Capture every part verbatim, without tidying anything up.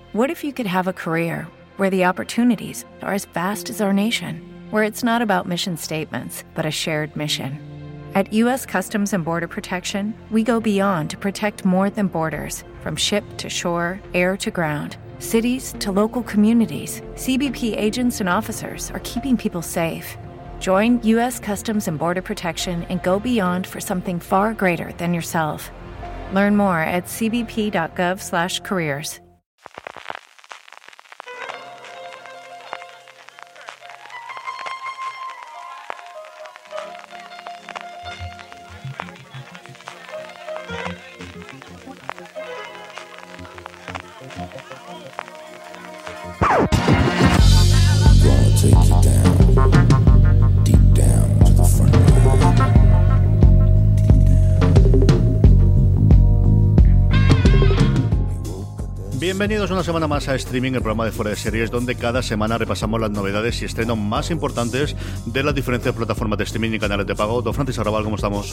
What if you could have a career where the opportunities are as vast as our nation, where it's not about mission statements, but a shared mission? At U S Customs and Border Protection, we go beyond to protect more than borders. From ship to shore, air to ground, cities to local communities, C B P agents and officers are keeping people safe. Join U S Customs and Border Protection and go beyond for something far greater than yourself. Learn more at c b p dot gov slash careers. Bienvenidos una semana más a Streaming, el programa de Fuera de Series, donde cada semana repasamos las novedades y estrenos más importantes de las diferentes plataformas de streaming y canales de pago. Don Francis Arrabal, ¿cómo estamos?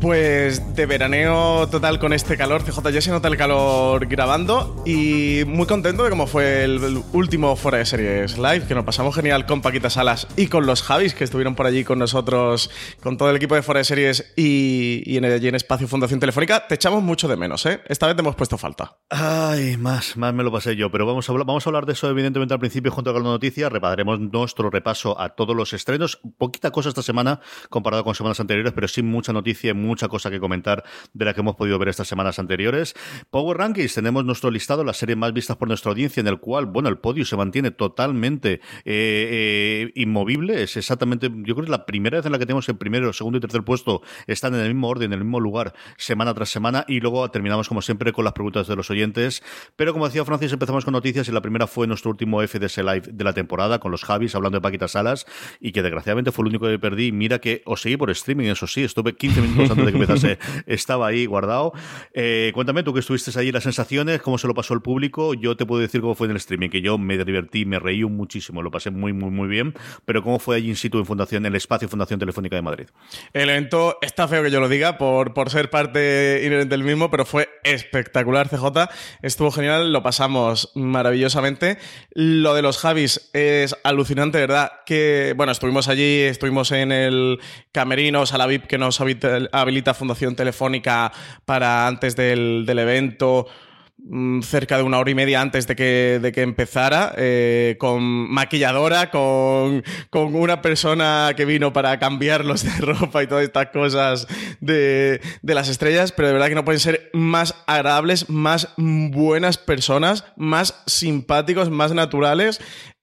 Pues de veraneo total con este calor. C J, ya se nota el calor grabando y muy contento de cómo fue el, el último Fuera de Series Live, que nos pasamos genial con Paquita Salas y con los Javis, que estuvieron por allí con nosotros, con todo el equipo de Fuera de Series y, y en, allí en Espacio Fundación Telefónica. Te echamos mucho de menos, ¿eh? Esta vez te hemos puesto falta. Ay, más, más me lo pasé yo, pero vamos a, hablar, vamos a hablar de eso evidentemente al principio junto con la noticia. Repasaremos nuestro repaso a todos los estrenos. Poquita cosa esta semana comparado con semanas anteriores, pero sí mucha noticia y mucha cosa que comentar de la que hemos podido ver estas semanas anteriores. Power Rankings, tenemos nuestro listado, las series más vistas por nuestra audiencia, en el cual, bueno, el podio se mantiene totalmente eh, eh, inmovible. Es exactamente, yo creo que es la primera vez en la que tenemos el primero, segundo y tercer puesto están en el mismo orden, en el mismo lugar, semana tras semana, y luego terminamos como siempre con las preguntas de los oyentes. Pero como decía Francis, empezamos con noticias y la primera fue nuestro último F D S Live de la temporada con los Javis hablando de Paquita Salas, y que desgraciadamente fue el único que perdí. Mira que os seguí por streaming, eso sí, estuve quince minutos antes de que empezase, estaba ahí guardado. Eh, cuéntame, tú que estuviste allí, las sensaciones, cómo se lo pasó el público. Yo te puedo decir cómo fue en el streaming, que yo me divertí, me reí muchísimo, lo pasé muy, muy, muy bien. Pero cómo fue allí in situ en Fundación, en el Espacio Fundación Telefónica de Madrid. El evento, está feo que yo lo diga por, por ser parte inherente del mismo, pero fue espectacular, C J. Estuvo genial, lo pasamos maravillosamente. Lo de los Javis es alucinante, ¿verdad? Que, bueno, estuvimos allí, estuvimos en el camerino, sala V I P que nos habilita Fundación Telefónica para antes del, del evento, cerca de una hora y media antes de que, de que empezara, eh, con maquilladora, con, con una persona que vino para cambiarlos de ropa y todas estas cosas de, de las estrellas, pero de verdad que no pueden ser más agradables, más buenas personas, más simpáticos, más naturales.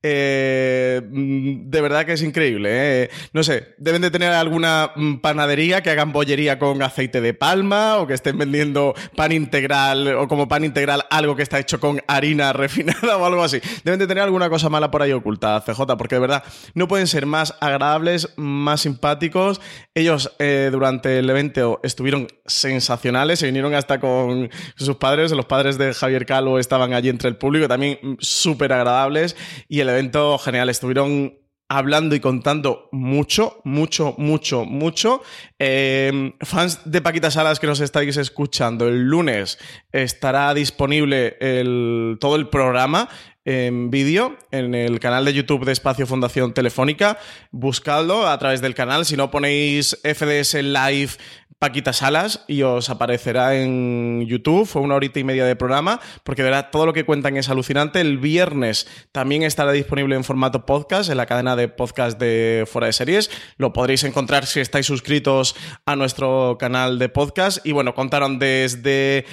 Eh, de verdad que es increíble, ¿eh? No sé, deben de tener alguna panadería que hagan bollería con aceite de palma, o que estén vendiendo pan integral, o como pan integral algo que está hecho con harina refinada o algo así. Deben de tener alguna cosa mala por ahí oculta, C J, porque de verdad no pueden ser más agradables, más simpáticos. Ellos eh, durante el evento estuvieron sensacionales, se vinieron hasta con sus padres, los padres de Javier Calvo estaban allí entre el público, también súper agradables, y el evento genial, estuvieron hablando y contando mucho, mucho, mucho, mucho. Eh, fans de Paquita Salas que nos estáis escuchando, el lunes estará disponible el, todo el programa en vídeo en el canal de YouTube de Espacio Fundación Telefónica. Buscadlo a través del canal, si no ponéis F D S Live Paquita Salas y os aparecerá en YouTube. Fue una horita y media de programa, porque de verdad todo lo que cuentan es alucinante. El viernes también estará disponible en formato podcast en la cadena de podcast de Fuera de Series. Lo podréis encontrar si estáis suscritos a nuestro canal de podcast. Y bueno, contaron desde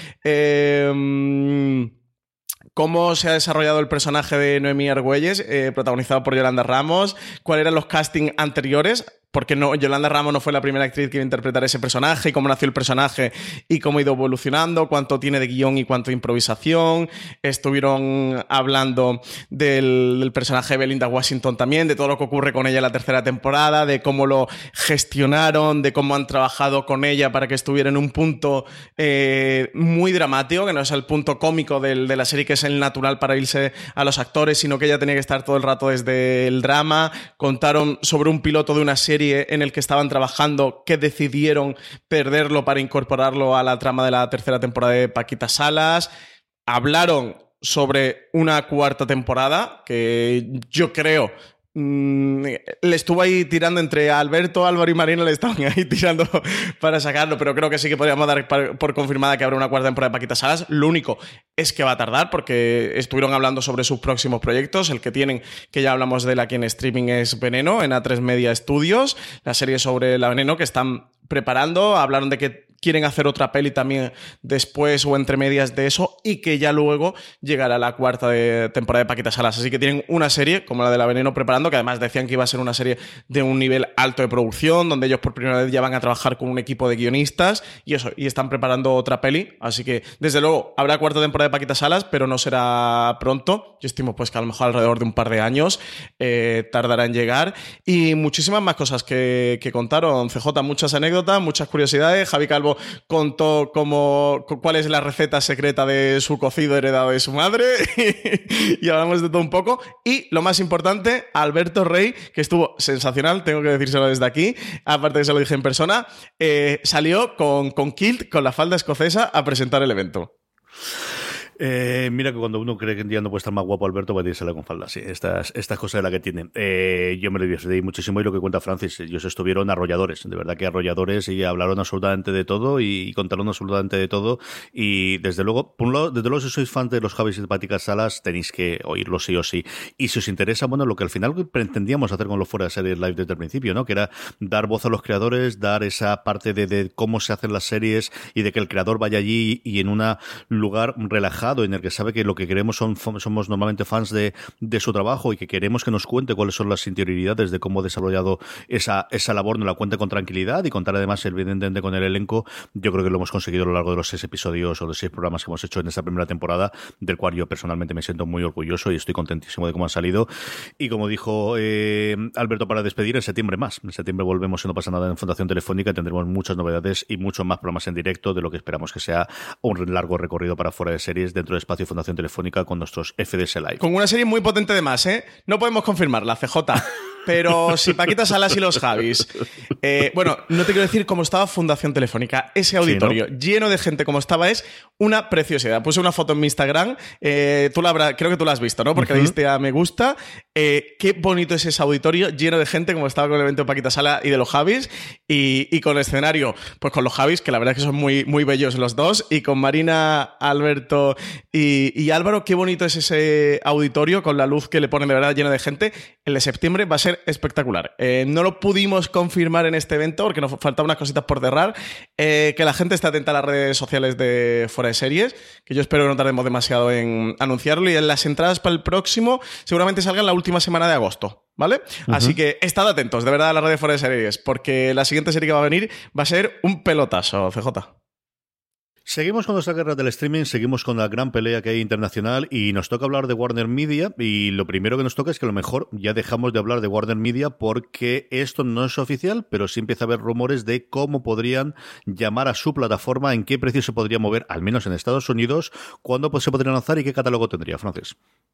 Eh, cómo se ha desarrollado el personaje de Noemí Argüelles, eh, protagonizado por Yolanda Ramos, cuáles eran los castings anteriores, porque no, Yolanda Ramos no fue la primera actriz que iba a interpretar ese personaje, y cómo nació el personaje y cómo ha ido evolucionando, cuánto tiene de guión y cuánto de improvisación. Estuvieron hablando del, del personaje de Belinda Washington también, de todo lo que ocurre con ella en la tercera temporada, de cómo lo gestionaron, de cómo han trabajado con ella para que estuviera en un punto eh, muy dramático, que no es el punto cómico del, de la serie, que es el natural para irse a los actores, sino que ella tenía que estar todo el rato desde el drama. Contaron sobre un piloto de una serie en el que estaban trabajando, que decidieron perderlo para incorporarlo a la trama de la tercera temporada de Paquita Salas. Hablaron sobre una cuarta temporada que yo creo... Mm, le estuvo ahí tirando entre Alberto, Álvaro y Marina, le estaban ahí tirando para sacarlo, pero creo que sí que podríamos dar por confirmada que habrá una cuarta temporada de Paquita Salas. Lo único es que va a tardar porque estuvieron hablando sobre sus próximos proyectos. El que tienen, que ya hablamos de él aquí en streaming, es Veneno, en A tres Media Studios, la serie sobre la Veneno que están preparando. Hablaron de que quieren hacer otra peli también después o entre medias de eso y que ya luego llegará la cuarta de temporada de Paquita Salas. Así que tienen una serie como la de La Veneno preparando, que además decían que iba a ser una serie de un nivel alto de producción, donde ellos por primera vez ya van a trabajar con un equipo de guionistas y eso, y están preparando otra peli. Así que desde luego habrá cuarta temporada de Paquita Salas, pero no será pronto. Yo estimo pues que a lo mejor alrededor de un par de años eh, tardará en llegar. Y muchísimas más cosas que, que contaron. C J, muchas anécdotas, muchas curiosidades. Javi Calvo contó cómo, cuál es la receta secreta de su cocido heredado de su madre y hablamos de todo un poco. Y lo más importante, Alberto Rey, que estuvo sensacional, tengo que decírselo desde aquí, aparte de que se lo dije en persona, eh, salió con, con kilt, con la falda escocesa, a presentar el evento. Eh, mira que cuando uno cree que un día no puede estar más guapo Alberto, va a irse con falda, sí, estas, estas cosas de la que tiene. Eh, yo me lo divertí muchísimo y lo que cuenta Francis, ellos estuvieron arrolladores, de verdad que arrolladores, y hablaron absolutamente de todo y, y contaron absolutamente de todo, y desde luego, por un lado, desde luego si sois fan de los Javis y de Paquita Salas, tenéis que oírlo sí o sí, y si os interesa, bueno, lo que al final pretendíamos hacer con los Fuera de Series Live desde el principio, ¿no? Que era dar voz a los creadores, dar esa parte de, de cómo se hacen las series y de que el creador vaya allí y en un lugar relajado en el que sabe que lo que queremos son somos normalmente fans de, de su trabajo y que queremos que nos cuente cuáles son las interioridades de cómo ha desarrollado esa, esa labor, nos la cuente con tranquilidad y contar además evidentemente con el elenco. Yo creo que lo hemos conseguido a lo largo de los seis episodios o de seis programas que hemos hecho en esta primera temporada, del cual yo personalmente me siento muy orgulloso y estoy contentísimo de cómo han salido. Y como dijo eh, Alberto, para despedir, en septiembre más. En septiembre volvemos, si no pasa nada, en Fundación Telefónica, tendremos muchas novedades y muchos más programas en directo de lo que esperamos que sea un largo recorrido para Fuera de Series dentro de Espacio Fundación Telefónica con nuestros F D S Live. Con una serie muy potente de más, ¿eh? No podemos confirmarla, C J. Pero si Paquita Salas y los Javis... Eh, bueno, no te quiero decir cómo estaba Fundación Telefónica. Ese auditorio sí, ¿no? lleno de gente como estaba es una preciosidad. Puse una foto en mi Instagram. Eh, tú la habrás, creo que tú la has visto, ¿no? Porque uh-huh. le diste a me gusta. Eh, qué bonito es ese auditorio lleno de gente como estaba con el evento de Paquita Salas y de los Javis. Y, y con el escenario, pues con los Javis, que la verdad es que son muy, muy bellos los dos. Y con Marina, Alberto y, y Álvaro, qué bonito es ese auditorio con la luz que le ponen de verdad lleno de gente. El de septiembre va a ser espectacular. Eh, no lo pudimos confirmar en este evento porque nos faltaban unas cositas por cerrar. Eh, que la gente esté atenta a las redes sociales de Fuera de Series, que yo espero que no tardemos demasiado en anunciarlo, y en las entradas para el próximo seguramente salgan la última semana de agosto, ¿vale? Uh-huh. Así que estad atentos, de verdad, a las redes de Fuera de Series, porque la siguiente serie que va a venir va a ser un pelotazo, C J. Seguimos con nuestra guerra del streaming, seguimos con la gran pelea que hay internacional y nos toca hablar de Warner Media, y lo primero que nos toca es que a lo mejor ya dejamos de hablar de Warner Media porque esto no es oficial, pero sí empieza a haber rumores de cómo podrían llamar a su plataforma, en qué precio se podría mover, al menos en Estados Unidos, cuándo se podría lanzar y qué catálogo tendría, Francis.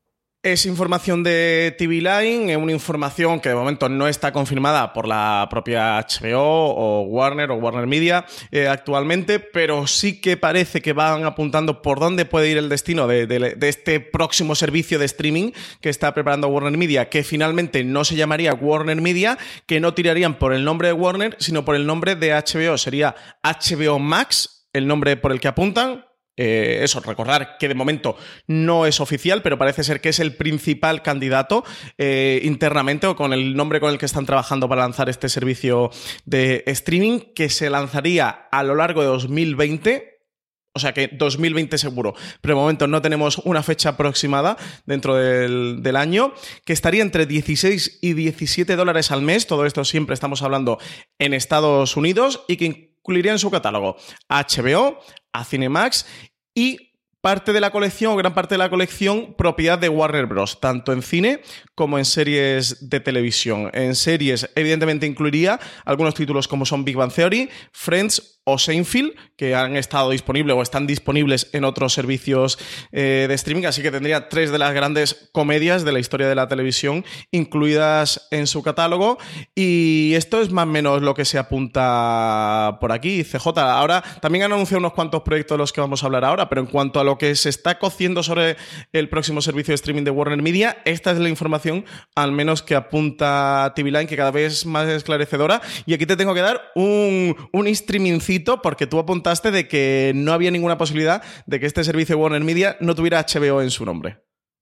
Es información de T V Line, es una información que de momento no está confirmada por la propia H B O o Warner o Warner Media eh, actualmente, pero sí que parece que van apuntando por dónde puede ir el destino de, de, de este próximo servicio de streaming que está preparando Warner Media, que finalmente no se llamaría Warner Media, que no tirarían por el nombre de Warner, sino por el nombre de H B O. Sería H B O Max, el nombre por el que apuntan. Eh, eso, recordar que de momento no es oficial, pero parece ser que es el principal candidato eh, internamente, o con el nombre con el que están trabajando para lanzar este servicio de streaming, que se lanzaría a lo largo de dos mil veinte. O sea que dos mil veinte seguro, pero de momento no tenemos una fecha aproximada dentro del, del año, que estaría entre dieciséis y diecisiete dólares al mes. Todo esto siempre estamos hablando en Estados Unidos, y que incluiría en su catálogo a H B O, a Cinemax y parte de la colección, o gran parte de la colección, propiedad de Warner Bros., tanto en cine como en series de televisión. En series, evidentemente, incluiría algunos títulos como son Big Bang Theory, Friends o Seinfeld, que han estado disponibles o están disponibles en otros servicios eh, de streaming, así que tendría tres de las grandes comedias de la historia de la televisión incluidas en su catálogo. Y esto es más o menos lo que se apunta por aquí, C J. Ahora también han anunciado unos cuantos proyectos de los que vamos a hablar ahora, pero en cuanto a lo que se está cociendo sobre el próximo servicio de streaming de Warner Media, esta es la información al menos que apunta T V Line, que cada vez es más esclarecedora. Y aquí te tengo que dar un, un streamingcito, porque tú apuntaste de que no había ninguna posibilidad de que este servicio de Warner Media no tuviera H B O en su nombre.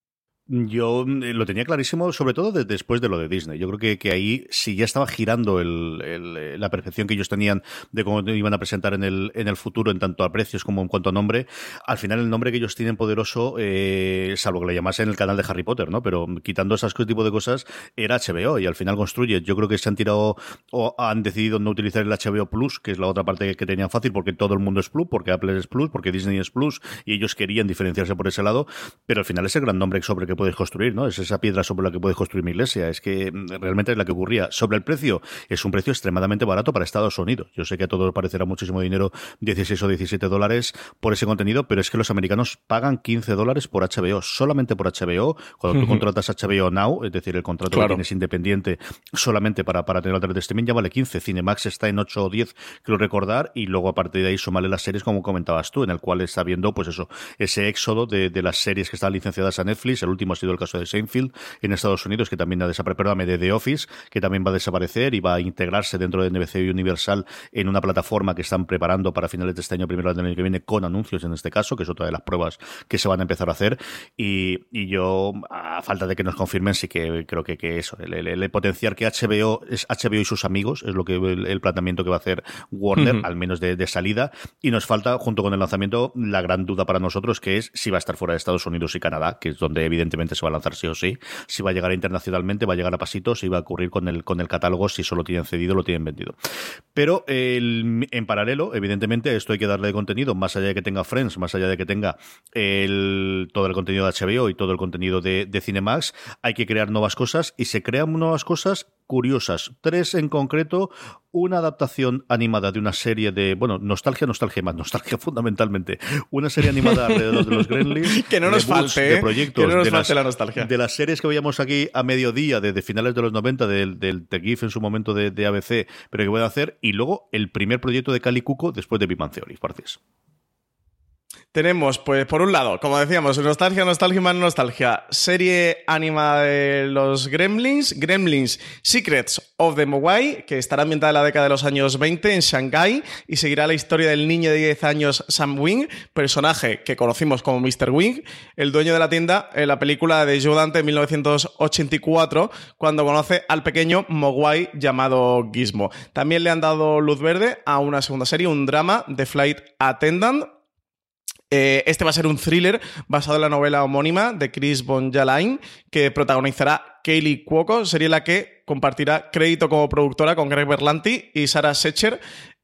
Yo lo tenía clarísimo, sobre todo de, después de lo de Disney. Yo creo que, que ahí, si ya estaba girando el, el, la percepción que ellos tenían de cómo iban a presentar en el, en el futuro, en tanto a precios como en cuanto a nombre, al final el nombre que ellos tienen poderoso, eh, salvo que le llamasen el canal de Harry Potter, ¿no? Pero quitando ese tipo de cosas, era H B O, y al final construye. Yo creo que se han tirado o han decidido no utilizar el H B O Plus, que es la otra parte que tenían fácil, porque todo el mundo es Plus, porque Apple es Plus, porque Disney es Plus, y ellos querían diferenciarse por ese lado, pero al final es el gran nombre sobre que puedes construir, ¿no? Es esa piedra sobre la que puedes construir mi iglesia. Es que realmente es la que ocurría. Sobre el precio, es un precio extremadamente barato para Estados Unidos. Yo sé que a todos parecerá muchísimo dinero, dieciséis o diecisiete dólares por ese contenido, pero es que los americanos pagan quince dólares por H B O, solamente por H B O. Cuando tú uh-huh. contratas H B O Now, es decir, el contrato claro. que tienes independiente solamente para, para tener la red de streaming, ya vale quince. Cinemax está en ocho o diez, quiero recordar, y luego a partir de ahí sumarle las series, como comentabas tú, en el cual está viendo, pues eso, ese éxodo de, de las series que están licenciadas a Netflix. El último ha sido el caso de Seinfeld en Estados Unidos, que también ha desaparecido, perdóname, de The Office, que también va a desaparecer y va a integrarse dentro de N B C y Universal en una plataforma que están preparando para finales de este año, primero del año que viene, con anuncios en este caso, que es otra de las pruebas que se van a empezar a hacer. Y, y yo, a falta de que nos confirmen, sí que creo que, que eso, el, el, el potenciar que H B O es H B O y sus amigos, es lo que el, el planteamiento que va a hacer Warner, uh-huh. al menos de, de salida. Y nos falta, junto con el lanzamiento, la gran duda para nosotros, que es si va a estar fuera de Estados Unidos y Canadá, que es donde evidentemente se va a lanzar sí o sí. Si va a llegar internacionalmente, va a llegar a pasitos, si va a ocurrir con el, con el catálogo, si solo tienen cedido, lo tienen vendido. Pero el, en paralelo, evidentemente, esto hay que darle contenido, más allá de que tenga Friends, más allá de que tenga el, todo el contenido de H B O y todo el contenido de, de Cinemax, hay que crear nuevas cosas, y se crean nuevas cosas curiosas. Tres en concreto: una adaptación animada de una serie de, bueno, nostalgia, nostalgia más, nostalgia fundamentalmente. Una serie animada alrededor de los Gremlins. Que no nos falte, ¿eh? De proyectos, que no nos de falte las, la nostalgia. De las series que veíamos aquí a mediodía, desde finales de los noventa, del, del, del GIF en su momento de, de A B C, pero que voy a hacer. Y luego el primer proyecto de Cali Cuco después de Big Bang Theory, Parcis. Tenemos, pues, por un lado, como decíamos, nostalgia, nostalgia más nostalgia. Serie animada de los Gremlins, Gremlins Secrets of the Mogwai, que estará ambientada en la década de los años veinte en Shanghái y seguirá la historia del niño de diez años Sam Wing, personaje que conocimos como mister Wing, el dueño de la tienda en la película de Joe Dante en mil novecientos ochenta y cuatro, cuando conoce al pequeño Mogwai llamado Gizmo. También le han dado luz verde a una segunda serie, un drama, The Flight Attendant. Este va a ser un thriller basado en la novela homónima de Chris Von-Jalain, que protagonizará Kaylee Cuoco, serie en la que compartirá crédito como productora con Greg Berlanti y Sarah Secher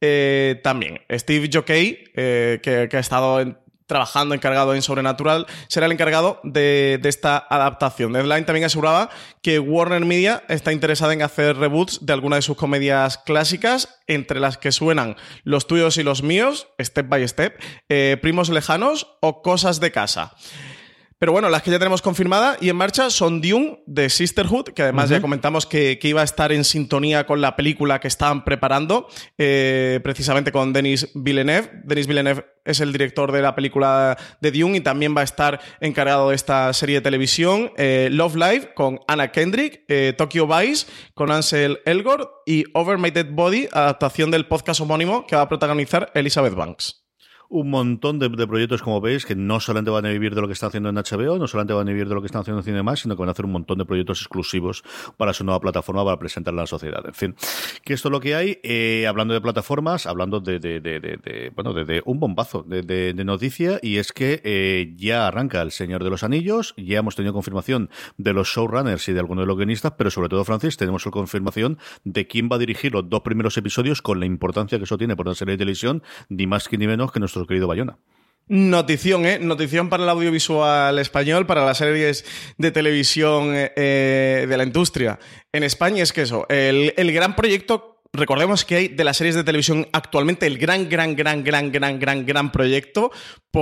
eh, también. Steve Jockey, eh, que, que ha estado en, trabajando encargado en Sobrenatural, será el encargado de, de esta adaptación. Deadline también aseguraba que Warner Media está interesada en hacer reboots de algunas de sus comedias clásicas, entre las que suenan Los tuyos y los míos, Step by Step, eh, Primos lejanos o Cosas de casa. Pero bueno, las que ya tenemos confirmada y en marcha son Dune, de Sisterhood, que además uh-huh. ya comentamos que, que iba a estar en sintonía con la película que estaban preparando, eh, precisamente con Denis Villeneuve. Denis Villeneuve es el director de la película de Dune y también va a estar encargado de esta serie de televisión. Eh, Love Live con Anna Kendrick, eh, Tokyo Vice con Ansel Elgort y Over My Dead Body, adaptación del podcast homónimo que va a protagonizar Elizabeth Banks. Un montón de, de proyectos, como veis, que no solamente van a vivir de lo que están haciendo en H B O, no solamente van a vivir de lo que están haciendo en Cinemax, sino que van a hacer un montón de proyectos exclusivos para su nueva plataforma, para presentarla a la sociedad. En fin, que esto es lo que hay. Eh, hablando de plataformas, hablando de, de, de, de, de bueno, de, de un bombazo de, de, de noticia, y es que eh, ya arranca El Señor de los Anillos, ya hemos tenido confirmación de los showrunners y de algunos de los guionistas, pero sobre todo, Francis, tenemos la confirmación de quién va a dirigir los dos primeros episodios, con la importancia que eso tiene por una serie de televisión, ni más que ni menos que nuestro querido Bayona. Notición, ¿eh? Notición para el audiovisual español, para las series de televisión eh, de la industria en España. Es que eso, el, el gran proyecto recordemos que hay de las series de televisión actualmente el gran, gran, gran, gran, gran, gran, gran proyecto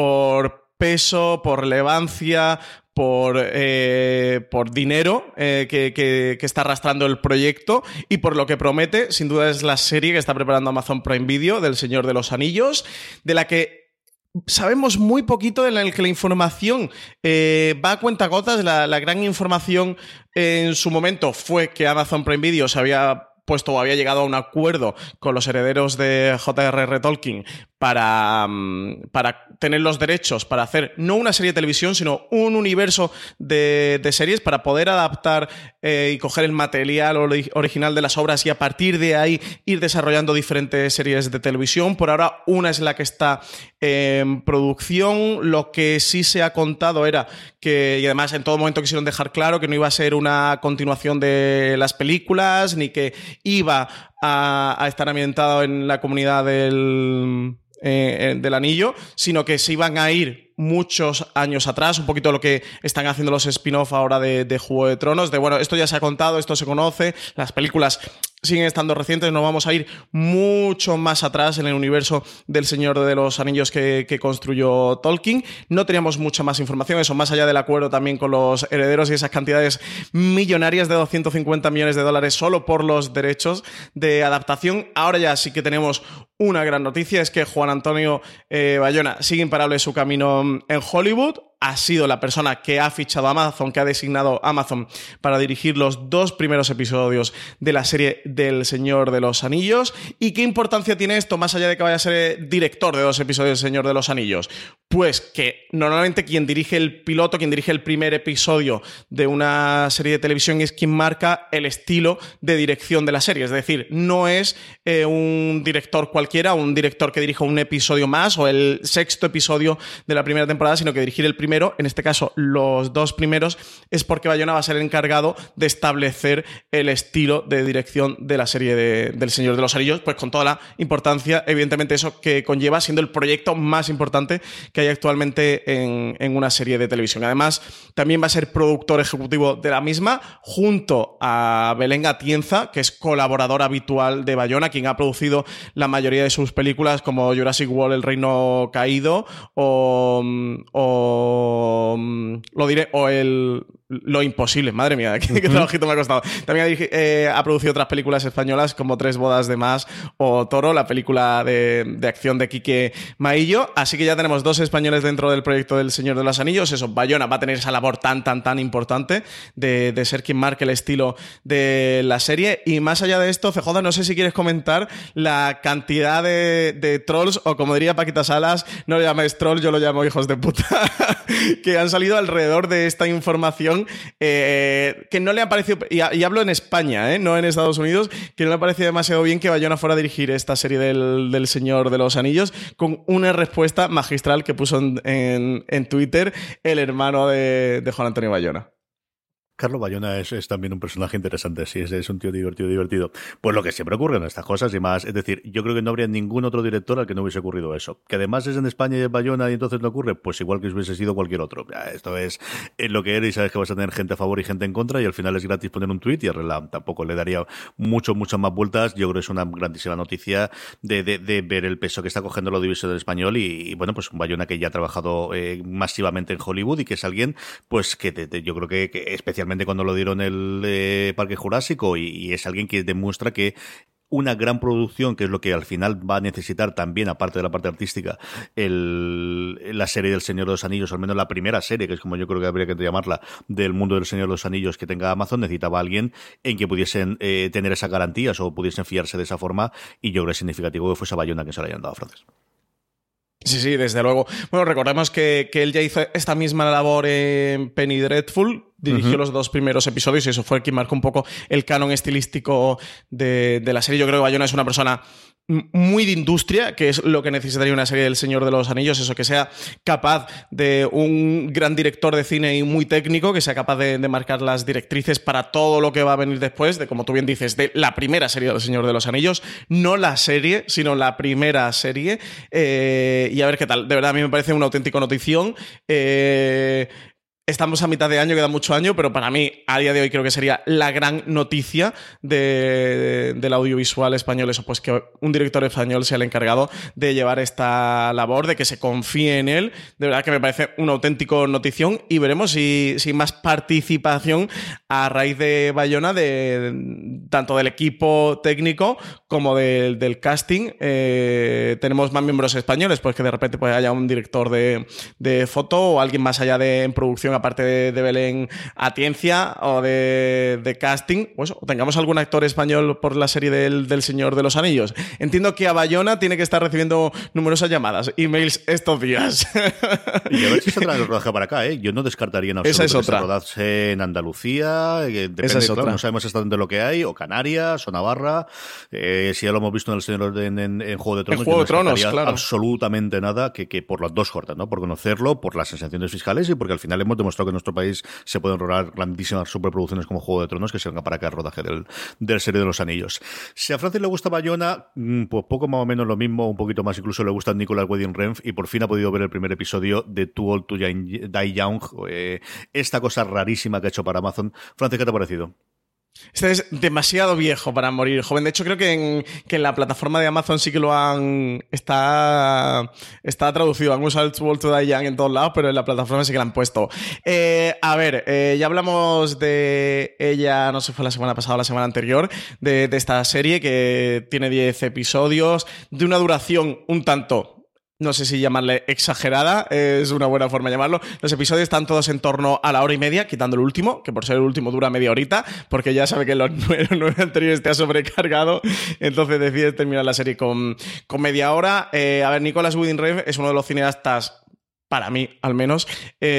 por peso, por relevancia, por, eh, por dinero eh, que, que, que está arrastrando el proyecto y por lo que promete. Sin duda es la serie que está preparando Amazon Prime Video del Señor de los Anillos, de la que sabemos muy poquito, en el que la información eh, va a cuentagotas. La, la gran información eh, en su momento fue que Amazon Prime Video se había puesto o había llegado a un acuerdo con los herederos de J R R Tolkien para, para tener los derechos para hacer no una serie de televisión, sino un universo de, de series para poder adaptar eh, y coger el material original de las obras y a partir de ahí ir desarrollando diferentes series de televisión. Por ahora una es la que está en producción. Lo que sí se ha contado era que, y además en todo momento quisieron dejar claro que no iba a ser una continuación de las películas ni que iba a, a estar ambientado en la comunidad del, eh, del anillo, sino que se iban a ir muchos años atrás, un poquito lo que están haciendo los spin-off ahora de, de Juego de Tronos, de bueno, esto ya se ha contado, esto se conoce, las películas siguen estando recientes, nos vamos a ir mucho más atrás en el universo del Señor de los Anillos que, que construyó Tolkien. No teníamos mucha más información, eso más allá del acuerdo también con los herederos y esas cantidades millonarias de doscientos cincuenta millones de dólares solo por los derechos de adaptación. Ahora ya sí que tenemos una gran noticia, es que Juan Antonio eh, Bayona sigue imparable su camino en Hollywood. Ha sido la persona que ha fichado a Amazon, que ha designado a Amazon para dirigir los dos primeros episodios de la serie del Señor de los Anillos. ¿Y qué importancia tiene esto, más allá de que vaya a ser director de dos episodios del Señor de los Anillos? Pues que normalmente quien dirige el piloto, quien dirige el primer episodio de una serie de televisión es quien marca el estilo de dirección de la serie. Es decir, no es eh, un director cualquiera, un director que dirija un episodio más o el sexto episodio de la primera temporada, sino que dirigir el primero, en este caso los dos primeros, es porque Bayona va a ser el encargado de establecer el estilo de dirección de la serie de, del Señor de los Anillos, pues con toda la importancia, evidentemente, eso que conlleva, siendo el proyecto más importante que hay actualmente en, en una serie de televisión. Además, también va a ser productor ejecutivo de la misma, junto a Belén Atienza, que es colaborador habitual de Bayona, quien ha producido la mayoría de sus películas, como Jurassic World, El Reino Caído, o, o lo diré, o el Lo Imposible. Madre mía, qué, qué trabajito me ha costado. También ha, eh, ha producido otras películas españolas como Tres bodas de más o Toro, la película de, de acción de Quique Maillo. Así que ya tenemos dos españoles dentro del proyecto del Señor de los Anillos. Eso, Bayona va a tener esa labor tan, tan, tan importante de, de ser quien marque el estilo de la serie. Y más allá de esto, C J, no sé si quieres comentar la cantidad de, de trolls, o como diría Paquita Salas, no lo llamáis trolls, yo lo llamo hijos de puta, que han salido alrededor de esta información eh, que no le ha parecido, y, y hablo en España, eh, no en Estados Unidos, que no le ha parecido demasiado bien que Bayona fuera a dirigir esta serie del, del Señor de los Anillos, con una respuesta magistral que puso en, en, en Twitter el hermano de, de Juan Antonio Bayona. Carlos Bayona es, es también un personaje interesante, sí, es, es un tío divertido, divertido. Pues lo que siempre ocurre en estas cosas y más, es decir, yo creo que no habría ningún otro director al que no hubiese ocurrido eso. Que además es en España y es Bayona y entonces no ocurre, pues igual que hubiese sido cualquier otro. Esto es, es lo que eres y sabes que vas a tener gente a favor y gente en contra y al final es gratis poner un tuit y arreglar. Tampoco le daría mucho, muchas más vueltas. Yo creo que es una grandísima noticia de, de, de ver el peso que está cogiendo lo audiovisual del español y, y bueno, pues un Bayona que ya ha trabajado eh, masivamente en Hollywood y que es alguien, pues que te, te, yo creo que, que especialmente cuando lo dieron el eh, Parque Jurásico y, y es alguien que demuestra que una gran producción, que es lo que al final va a necesitar también, aparte de la parte artística, el, la serie del Señor de los Anillos, al menos la primera serie, que es como yo creo que habría que llamarla, del mundo del Señor de los Anillos que tenga Amazon, necesitaba a alguien en que pudiesen eh, tener esas garantías o pudiesen fiarse de esa forma, y yo creo que es significativo que fuese a Bayona que se lo hayan dado a Frances. Sí, sí, desde luego. Bueno, recordemos que, que él ya hizo esta misma labor en Penny Dreadful, dirigió uh-huh. los dos primeros episodios y eso fue quien marcó un poco el canon estilístico de, de la serie. Yo creo que Bayona es una persona muy de industria, que es lo que necesitaría una serie del Señor de los Anillos, eso, que sea capaz de un gran director de cine y muy técnico, que sea capaz de, de marcar las directrices para todo lo que va a venir después, de, como tú bien dices, de la primera serie del Señor de los Anillos, no la serie, sino la primera serie, eh, y a ver qué tal. De verdad, a mí me parece una auténtica notición. Eh... Estamos a mitad de año, queda mucho año, pero para mí, a día de hoy, creo que sería la gran noticia de, del audiovisual español, eso, pues que un director español sea el encargado de llevar esta labor, de que se confíe en él. De verdad que me parece una auténtica notición y veremos si, si más participación a raíz de Bayona, de, de, tanto del equipo técnico como de, del casting. Eh, tenemos más miembros españoles, pues que de repente pues, haya un director de, de foto o alguien más allá de en producción, aparte de, de Belén Atienza o de, de casting, pues, o tengamos algún actor español por la serie del, del Señor de los Anillos. Entiendo que a Bayona tiene que estar recibiendo numerosas llamadas, emails estos días. Y a ver si se trae el rodaje para acá, ¿eh? Yo no descartaría en absoluto Esa es que otra. se rodase en Andalucía, eh, depende, Esa es claro, otra. no sabemos exactamente lo que hay, o Canarias, o Navarra, eh, si ya lo hemos visto en el Señor en, en, en Juego de Tronos, en Juego yo no de Tronos, descartaría claro. absolutamente nada que, que por las dos cortas, ¿no? Por conocerlo, por las sensaciones fiscales y porque al final hemos demostrado que en nuestro país se pueden rodar grandísimas superproducciones como Juego de Tronos que se vengan para acá el rodaje del, del Serie de los Anillos. Si a Francis le gusta Bayona, pues poco más o menos lo mismo, un poquito más incluso le gusta Nicolas Winding Refn y por fin ha podido ver el primer episodio de Too Old to Die Young, eh, esta cosa rarísima que ha hecho para Amazon. Francis, ¿qué te ha parecido? Este es demasiado viejo para morir joven. De hecho, creo que en, que en la plataforma de Amazon sí que lo han... Está, está traducido. Han usado el Too Old to Die Young en todos lados, pero en la plataforma sí que lo han puesto. Eh, a ver, eh, ya hablamos de ella, no sé, fue la semana pasada o la semana anterior, de, de esta serie que tiene diez episodios, de una duración un tanto... No sé si llamarle exagerada, es una buena forma de llamarlo. Los episodios están todos en torno a la hora y media, quitando el último, que por ser el último dura media horita, porque ya sabe que los nueve, nueve anteriores te ha sobrecargado, entonces decides terminar la serie con, con media hora. Eh, a ver, Nicolas Winding Refn es uno de los cineastas, para mí al menos,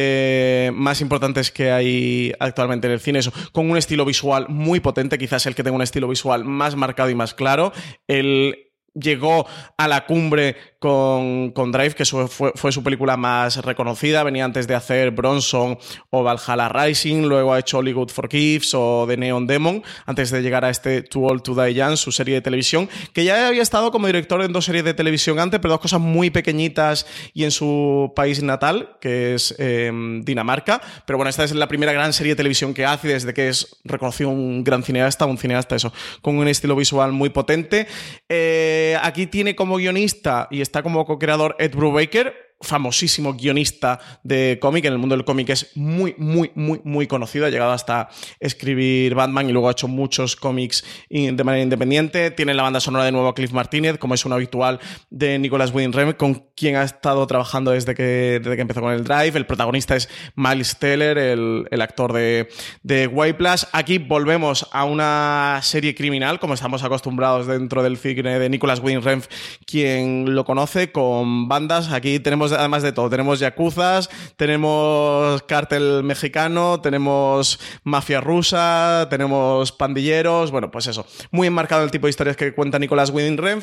eh, más importantes que hay actualmente en el cine, eso, con un estilo visual muy potente, quizás el que tenga un estilo visual más marcado y más claro. El llegó a la cumbre con, con Drive, que fue, fue su película más reconocida. Venía antes de hacer Bronson o Valhalla Rising, luego ha hecho Hollywood Forgives o The Neon Demon, antes de llegar a este Too Old to Die Young, su serie de televisión, que ya había estado como director en dos series de televisión antes, pero dos cosas muy pequeñitas y en su país natal, que es eh, Dinamarca. Pero bueno, esta es la primera gran serie de televisión que hace desde que es reconocido un gran cineasta, un cineasta eso, con un estilo visual muy potente. Eh, aquí tiene como guionista y está como co-creador Ed Brubaker, famosísimo guionista de cómic. En el mundo del cómic es muy, muy, muy, muy conocido. Ha llegado hasta escribir Batman y luego ha hecho muchos cómics de manera independiente. Tiene la banda sonora de nuevo a Cliff Martínez, como es un habitual de Nicolas Winding Refn, con quien ha estado trabajando desde que, desde que empezó con el Drive. El protagonista es Miles Teller, el, el actor de, de White Plus. Aquí volvemos a una serie criminal, como estamos acostumbrados dentro del cine de Nicolas Winding Refn, quien lo conoce, con bandas. Aquí tenemos además de todo, tenemos yakuzas, tenemos cártel mexicano, tenemos mafia rusa, tenemos pandilleros, bueno, pues eso, muy enmarcado el tipo de historias que cuenta Nicolas Winding Refn.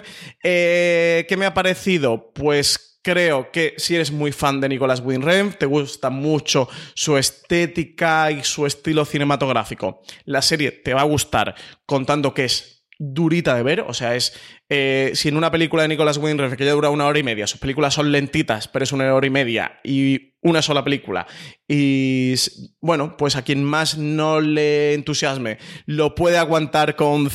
Eh, ¿Qué me ha parecido? Pues creo que si eres muy fan de Nicolas Winding Refn, te gusta mucho su estética y su estilo cinematográfico, la serie te va a gustar, contando que es durita de ver, o sea, es eh, si en una película de Nicolas Winding Refn que ya dura una hora y media, sus películas son lentitas, pero es una hora y media y una sola película, y bueno, pues a quien más no le entusiasme lo puede aguantar con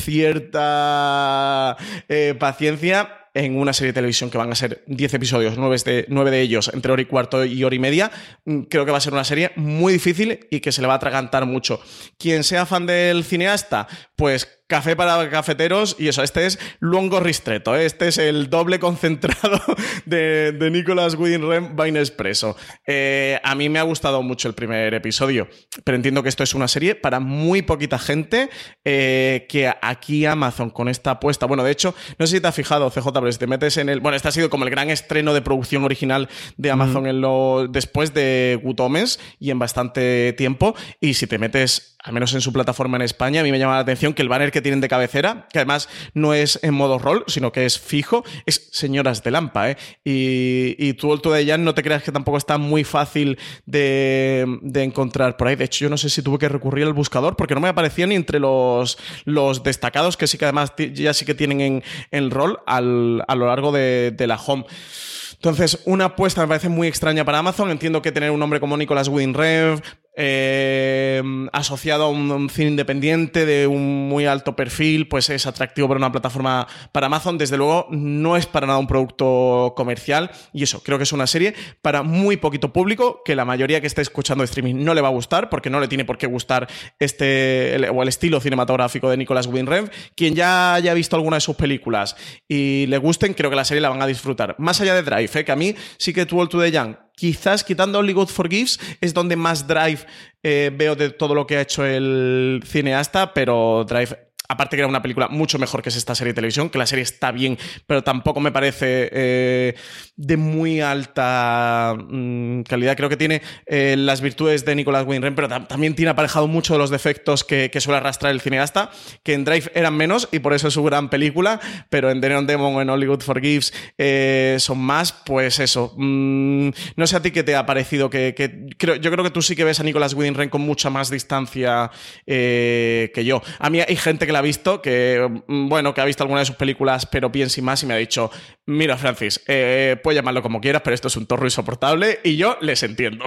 cierta eh, paciencia. En una serie de televisión que van a ser diez episodios, nueve de, nueve de ellos entre hora y cuarto y hora y media, creo que va a ser una serie muy difícil y que se le va a atragantar mucho. Quien sea fan del cineasta, pues café para cafeteros, y eso, este es Luongo Ristretto, ¿eh? Este es el doble concentrado de, de Nicolas Winding Refn Vine Espresso. Eh, a mí me ha gustado mucho el primer episodio, pero entiendo que esto es una serie para muy poquita gente, eh, que aquí Amazon con esta apuesta, bueno, de hecho, no sé si te has fijado, C J, pero si te metes en el... Bueno, este ha sido como el gran estreno de producción original de Amazon mm. en lo, después de Good Omens y en bastante tiempo, y si te metes al menos en su plataforma en España, a mí me llama la atención que el banner que tienen de cabecera, que además no es en modo rol, sino que es fijo, es Señoras de Lampa, ¿eh? Y, y Too Old to Die Young no te creas que tampoco está muy fácil de, de encontrar por ahí. De hecho, yo no sé si tuve que recurrir al buscador porque no me aparecía ni entre los, los destacados, que sí que además ya sí que tienen en, en rol al, a lo largo de, de la home. Entonces, una apuesta me parece muy extraña para Amazon. Entiendo que tener un hombre como Nicolas Winding Refn eh, asociado a un, un cine independiente de un muy alto perfil, pues es atractivo para una plataforma para Amazon. Desde luego, no es para nada un producto comercial y eso, creo que es una serie para muy poquito público, que la mayoría que esté escuchando streaming no le va a gustar, porque no le tiene por qué gustar este el, o el estilo cinematográfico de Nicolas Winding Refn. Quien ya haya visto alguna de sus películas y le gusten, creo que la serie la van a disfrutar. Más allá de Drive, ¿eh? Que a mí sí que Too Old to Die Young, quizás quitando Only God Forgives, es donde más Drive eh, veo de todo lo que ha hecho el cineasta, pero Drive, aparte que era una película mucho mejor que es esta serie de televisión, que la serie está bien, pero tampoco me parece eh, de muy alta mmm, calidad. Creo que tiene eh, las virtudes de Nicolas Winding Refn, pero tam- también tiene aparejado mucho de los defectos que, que suele arrastrar el cineasta, que en Drive eran menos y por eso es su gran película, pero en The Neon Demon o en Hollywood Forgives eh, son más, pues eso. Mmm, no sé a ti qué te ha parecido, que, que creo, yo creo que tú sí que ves a Nicolas Winding Refn con mucha más distancia eh, que yo. A mí hay gente que la ha visto, que bueno, que ha visto alguna de sus películas, pero bien sin más, y me ha dicho: mira, Francis, eh, puedes llamarlo como quieras, pero esto es un torro insoportable, y yo les entiendo.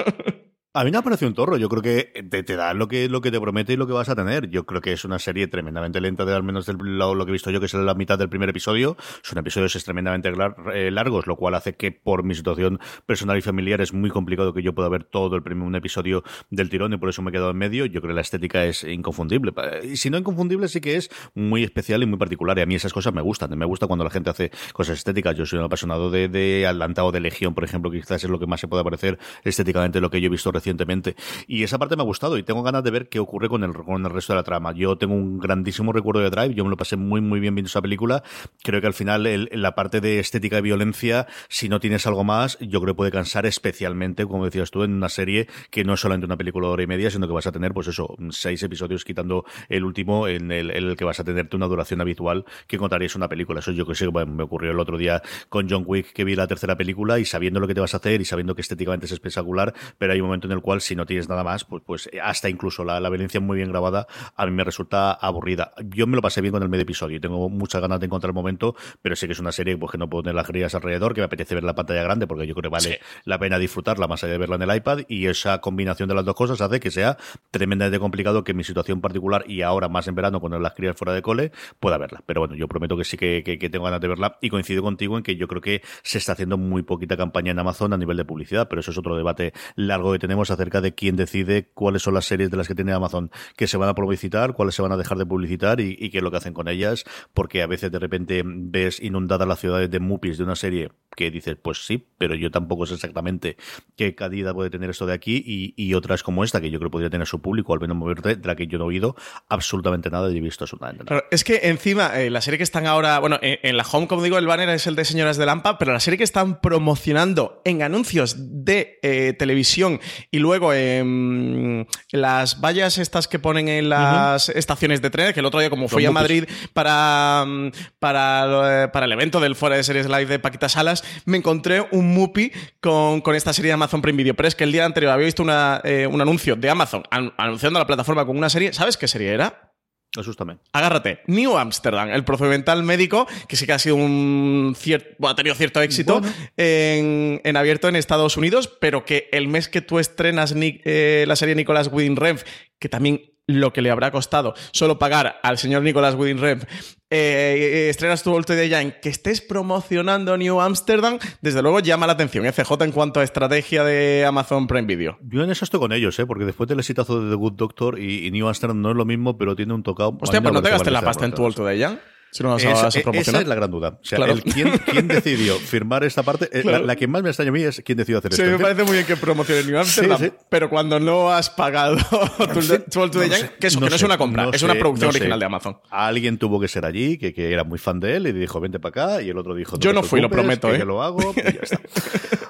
A mí me ha parecido un torro. Yo creo que te, te da lo que, lo que te promete y lo que vas a tener. Yo creo que es una serie tremendamente lenta, de al menos del, lo, lo que he visto yo, que es la mitad del primer episodio. Son episodios tremendamente eh, largos, lo cual hace que por mi situación personal y familiar es muy complicado que yo pueda ver todo el primer un episodio del tirón, y por eso me he quedado en medio. Yo creo que la estética es inconfundible. Y si no inconfundible, sí que es muy especial y muy particular. Y a mí esas cosas me gustan. Me gusta cuando la gente hace cosas estéticas. Yo soy un apasionado de, de Atlanta o de Legión, por ejemplo, que quizás es lo que más se puede parecer estéticamente lo que yo he visto recientemente, y esa parte me ha gustado y tengo ganas de ver qué ocurre con el, con el resto de la trama. Yo tengo un grandísimo recuerdo de Drive, yo me lo pasé muy muy bien viendo esa película. Creo que al final el, la parte de estética y violencia, si no tienes algo más, yo creo que puede cansar, especialmente, como decías tú, en una serie que no es solamente una película de hora y media, sino que vas a tener, pues eso, seis episodios, quitando el último, en el, en el que vas a tenerte una duración habitual que contarías una película. Eso yo que sé, bueno, me ocurrió el otro día con John Wick, que vi la tercera película, y sabiendo lo que te vas a hacer y sabiendo que estéticamente es espectacular, pero hay un momento en el cual, si no tienes nada más, pues, pues hasta incluso la, la violencia muy bien grabada a mí me resulta aburrida. Yo me lo pasé bien con el medio episodio y tengo muchas ganas de encontrar el momento, pero sé que es una serie pues, que no puedo tener las grillas alrededor, que me apetece ver la pantalla grande, porque yo creo que vale sí. la pena disfrutarla más allá de verla en el iPad, y esa combinación de las dos cosas hace que sea tremendamente complicado que en mi situación particular, y ahora más en verano con las crías fuera de cole, pueda verla. Pero bueno, yo prometo que sí que, que, que tengo ganas de verla, y coincido contigo en que yo creo que se está haciendo muy poquita campaña en Amazon a nivel de publicidad, pero eso es otro debate largo que tenemos acerca de quién decide cuáles son las series de las que tiene Amazon que se van a publicitar, cuáles se van a dejar de publicitar y, y qué es lo que hacen con ellas, porque a veces de repente ves inundadas las ciudades de mupis de una serie que dices, pues sí, pero yo tampoco sé exactamente qué calidad puede tener esto de aquí, y, y otras como esta, que yo creo que podría tener su público, al menos moverte, de la que yo no he oído absolutamente nada y he visto absolutamente nada. Claro, es que encima, eh, la serie que están ahora, bueno, en, en la home, como digo, el banner es el de Señoras de Lampa, pero la serie que están promocionando en anuncios de eh, televisión y luego en las vallas estas que ponen en las uh-huh. estaciones de tren, que el otro día, como fui a Madrid para, para, para el evento del Fuera de Series Live de Paquita Salas, me encontré un Mupi con, con esta serie de Amazon Prime Video. Pero es que el día anterior había visto una, eh, un anuncio de Amazon an- anunciando la plataforma con una serie. ¿Sabes qué serie era? Asústame. Agárrate. New Amsterdam, el procedimental médico, que sí que ha sido un cierto, bueno, ha tenido cierto éxito bueno. en, en abierto en Estados Unidos, pero que el mes que tú estrenas Nick, eh, la serie Nicolas Winding Refn, que también lo que le habrá costado solo pagar al señor Nicolas Winding Refn, eh, estrenas tu Volto de ya en que estés promocionando New Amsterdam, desde luego llama la atención, ¿eh? C J, en cuanto a estrategia de Amazon Prime Video. Yo en eso estoy con ellos, ¿eh? Porque después del exitazo de The Good Doctor y, y New Amsterdam no es lo mismo, pero tiene un tocado. Hostia, pues no te gastes la pasta en tu Volto de ya. Si no vas a, esa, vas a esa es la gran duda. O sea, claro. el, ¿quién, ¿quién decidió firmar esta parte? Claro. La, la que más me extraña a mí es quién decidió hacer sí, esto. Sí, me parece muy bien que promociones New Amsterdam, sí, sí. pero cuando no has pagado tu sí, Volto de ya, que eso, no que no sé, es una compra, no es sé, una producción no original de Amazon. Alguien tuvo que ser allí, que, que era muy fan de él, y dijo, vente para acá, y el otro dijo, no yo no fui, lo prometo, que ¿eh? yo lo hago, y ya está.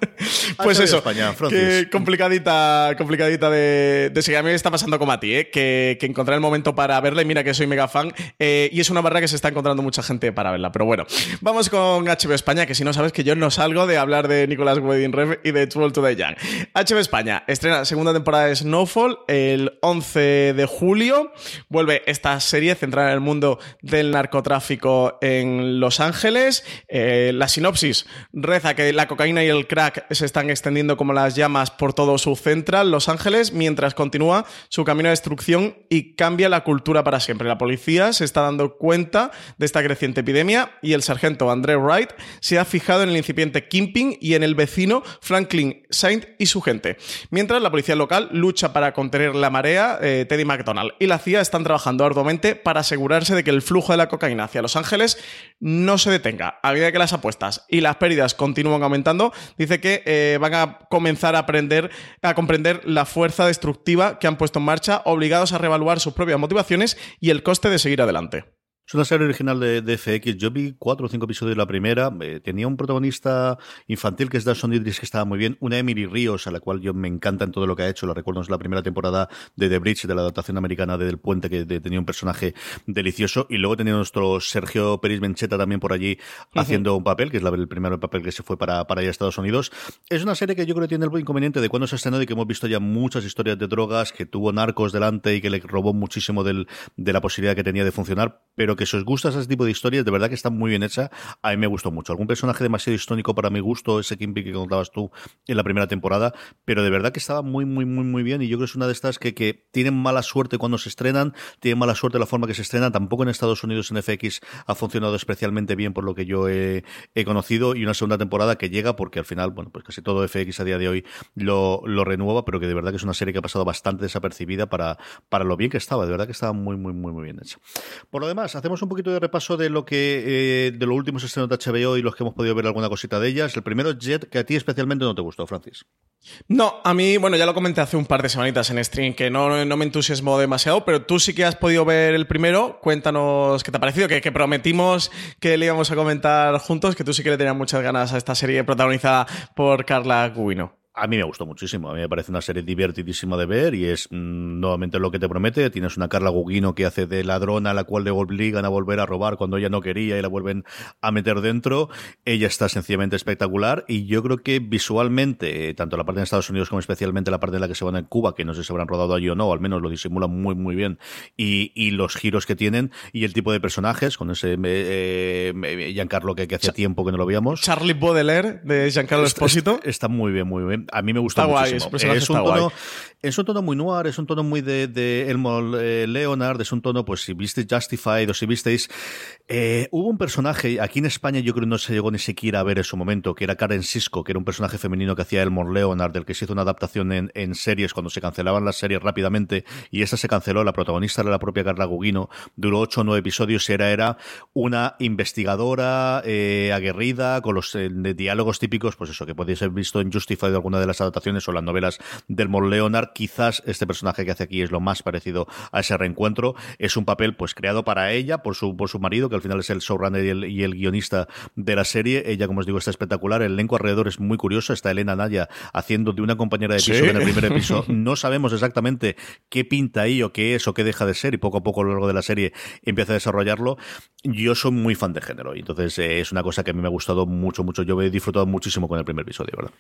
Pues eso, España, que complicadita, complicadita de, de seguir. A mí me está pasando como a ti, ¿eh? que, que encontrar el momento para verla, y mira que soy mega fan, eh, y es una barra que se está encontrando mucha gente para verla. Pero bueno, vamos con H B O España, que si no sabes que yo no salgo de hablar de Nicolas Winding Refn y de Too Old to Die Young. H B O España estrena segunda temporada de Snowfall el once de julio. Vuelve esta serie centrada en el mundo del narcotráfico en Los Ángeles. Eh, la sinopsis reza que la cocaína y el crack se están extendiendo como las llamas por todo su central, Los Ángeles, mientras continúa su camino de destrucción y cambia la cultura para siempre. La policía se está dando cuenta de esta creciente epidemia y el sargento Andrew Wright se ha fijado en el incipiente Kingpin y en el vecino Franklin Saint y su gente. Mientras la policía local lucha para contener la marea, eh, Teddy McDonald y la C I A están trabajando arduamente para asegurarse de que el flujo de la cocaína hacia Los Ángeles no se detenga. A medida que las apuestas y las pérdidas continúan aumentando, dice que eh, van a comenzar a aprender a comprender la fuerza destructiva que han puesto en marcha, obligados a reevaluar sus propias motivaciones y el coste de seguir adelante. Es una serie original de, de F X. Yo vi cuatro o cinco episodios de la primera. Eh, tenía un protagonista infantil que es Dawson Idris, que estaba muy bien. Una Emily Ríos, a la cual yo me encanta en todo lo que ha hecho. La recuerdo en la primera temporada de The Bridge, de la adaptación americana de Del Puente, que de, tenía un personaje delicioso. Y luego tenía nuestro Sergio Peris Mencheta también por allí uh-huh. haciendo un papel, que es la, el primer papel que se fue para, para allá a Estados Unidos. Es una serie que yo creo que tiene el inconveniente de cuando se estrenó, de que hemos visto ya muchas historias de drogas, que tuvo narcos delante y que le robó muchísimo del, de la posibilidad que tenía de funcionar, pero que si os gusta ese tipo de historias, de verdad que está muy bien hecha. A mí me gustó mucho. Algún personaje demasiado histórico para mi gusto, ese Kingpin que contabas tú en la primera temporada, pero de verdad que estaba muy, muy, muy, muy bien, y yo creo que es una de estas que, que tienen mala suerte cuando se estrenan, tienen mala suerte la forma que se estrena. Tampoco en Estados Unidos en F X ha funcionado especialmente bien por lo que yo he, he conocido, y una segunda temporada que llega porque al final, bueno, pues casi todo F X a día de hoy lo, lo renueva, pero que de verdad que es una serie que ha pasado bastante desapercibida para, para lo bien que estaba. De verdad que estaba muy, muy, muy, muy bien hecha. Por lo demás, hacemos un poquito de repaso de lo que eh, de los últimos estrenos de H B O y los que hemos podido ver alguna cosita de ellas. El primero es Jet, que a ti especialmente no te gustó, Francis. No, a mí, bueno, ya lo comenté hace un par de semanitas en stream, que no, no me entusiasmó demasiado, pero tú sí que has podido ver el primero. Cuéntanos qué te ha parecido, que, que prometimos que le íbamos a comentar juntos, que tú sí que le tenías muchas ganas a esta serie protagonizada por Carla Gugino. A mí me gustó muchísimo, a mí me parece una serie divertidísima de ver, y es mmm, nuevamente lo que te promete. Tienes una Carla Gugino que hace de ladrona, a la cual le obligan a volver a robar cuando ella no quería y la vuelven a meter dentro. Ella está sencillamente espectacular, y yo creo que visualmente, tanto la parte de Estados Unidos como especialmente la parte en la que se van en Cuba, que no sé si se habrán rodado allí o no, o al menos lo disimulan muy muy bien, y, y los giros que tienen y el tipo de personajes, con ese eh, eh, Giancarlo que, que hace Ch- tiempo que no lo veíamos. Charlie Baudelaire de Giancarlo Esposito. Está, está muy bien, muy bien. A mí me gusta está muchísimo. Guay, es, un tono, es un tono muy noir, es un tono muy de, de Elmore eh, Leonard, es un tono, pues si visteis Justified o si visteis... Eh, hubo un personaje, aquí en España yo creo que no se llegó ni siquiera a ver en su momento, que era Karen Sisko, que era un personaje femenino que hacía Elmore Leonard, del que se hizo una adaptación en, en series cuando se cancelaban las series rápidamente, y esa se canceló. La protagonista era la propia Carla Gugino, duró ocho o nueve episodios y era, era una investigadora eh, aguerrida, con los eh, diálogos típicos, pues eso, que podéis haber visto en Justified, alguna de las adaptaciones o las novelas del Elmore Leonard. Quizás este personaje que hace aquí es lo más parecido a ese reencuentro. Es un papel pues creado para ella, por su, por su marido, que al final es el showrunner y el, y el guionista de la serie. Ella, como os digo, está espectacular. El elenco alrededor es muy curioso. Está Elena Naya haciendo de una compañera de piso ¿Sí? en el primer episodio. No sabemos exactamente qué pinta ahí o qué es o qué deja de ser, y poco a poco a lo largo de la serie empieza a desarrollarlo. Yo soy muy fan de género, y entonces eh, es una cosa que a mí me ha gustado mucho, mucho. Yo he disfrutado muchísimo con el primer episodio, ¿verdad?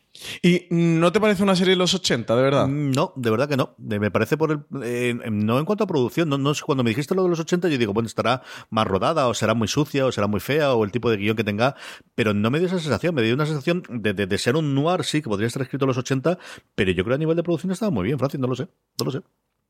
¿Y no te parece una serie de los ochenta, de verdad? No, de verdad que no. Me parece por el... Eh, no en cuanto a producción. No, no sé, cuando me dijiste lo de los ochenta, yo digo, bueno, estará más rodada, o será muy sucia, o será muy fea, o el tipo de guión que tenga, pero no me dio esa sensación. Me dio una sensación de, de, de ser un noir, sí, que podría estar escrito en los ochenta, pero yo creo que a nivel de producción estaba muy bien, Francis, no lo sé. No lo sé.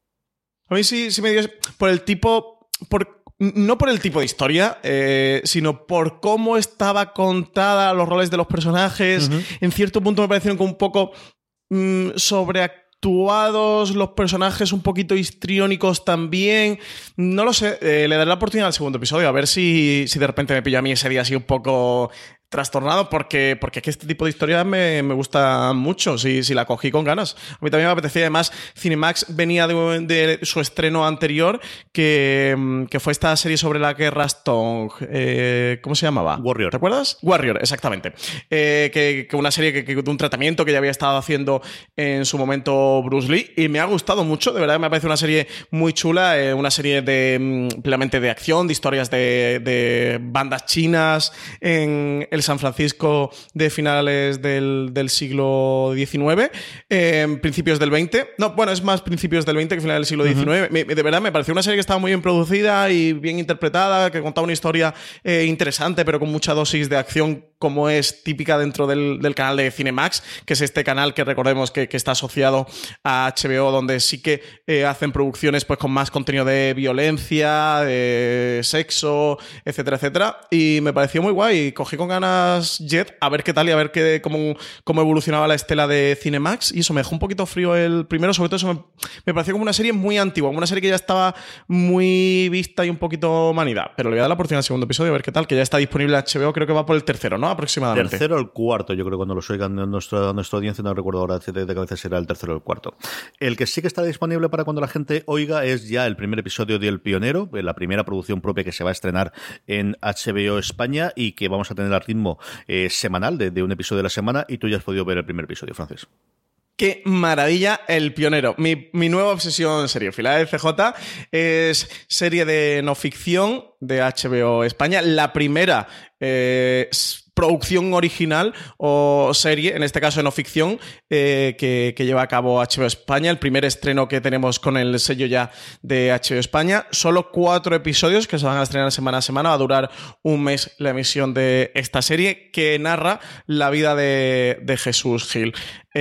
A mí sí, sí me dio... Por el tipo... Por... No por el tipo de historia, eh, sino por cómo estaba contada, los roles de los personajes. Uh-huh. En cierto punto me parecieron como un poco mmm, sobreactuados los personajes, un poquito histriónicos también. No lo sé, eh, le daré la oportunidad al segundo episodio, a ver si, si de repente me pillo a mí ese día así un poco trastornado porque, porque es que este tipo de historias me, me gusta mucho, si, si la cogí con ganas. A mí también me apetecía. Además, Cinemax venía de, de su estreno anterior, que, que fue esta serie sobre la guerra Stone. Eh, ¿Cómo se llamaba? Warrior. ¿Te acuerdas? Warrior, exactamente. Eh, que, que una serie que, que de un tratamiento que ya había estado haciendo en su momento Bruce Lee, y me ha gustado mucho, de verdad me parece una serie muy chula, eh, una serie de plenamente de acción, de historias de, de bandas chinas en el San Francisco de finales del, del siglo diecinueve, eh, principios del veinte. No, bueno, es más principios del veinte que finales del siglo diecinueve. Uh-huh. Me, de verdad, me pareció una serie que estaba muy bien producida y bien interpretada, que contaba una historia eh, interesante, pero con mucha dosis de acción, como es típica dentro del, del canal de Cinemax, que es este canal que recordemos que, que está asociado a H B O, donde sí que eh, hacen producciones pues con más contenido de violencia, de sexo, etcétera, etcétera. Y me pareció muy guay. Cogí con ganas Jet a ver qué tal y a ver qué, cómo, cómo evolucionaba la estela de Cinemax, y eso me dejó un poquito frío el primero. Sobre todo eso me, me pareció como una serie muy antigua, como una serie que ya estaba muy vista y un poquito manida, pero le voy a dar la oportunidad al segundo episodio a ver qué tal, que ya está disponible en H B O, creo que va por el tercero, ¿no? Aproximadamente. Tercero o el cuarto, yo creo, cuando los oigan nuestra, nuestra audiencia, no recuerdo ahora de, de cabeza, será el tercero o el cuarto. El que sí que está disponible para cuando la gente oiga es ya el primer episodio de El Pionero, la primera producción propia que se va a estrenar en H B O España y que vamos a tener al ritmo eh, semanal de, de un episodio a la semana, y tú ya has podido ver el primer episodio, Francis. ¡Qué maravilla! El Pionero. Mi, mi nueva obsesión seriófila de C J es serie de no ficción de H B O España. La primera eh, producción original o serie, en este caso de no ficción, eh, que, que lleva a cabo H B O España. El primer estreno que tenemos con el sello ya de H B O España. Solo cuatro episodios que se van a estrenar semana a semana. Va a durar un mes la emisión de esta serie, que narra la vida de, de Jesús Gil.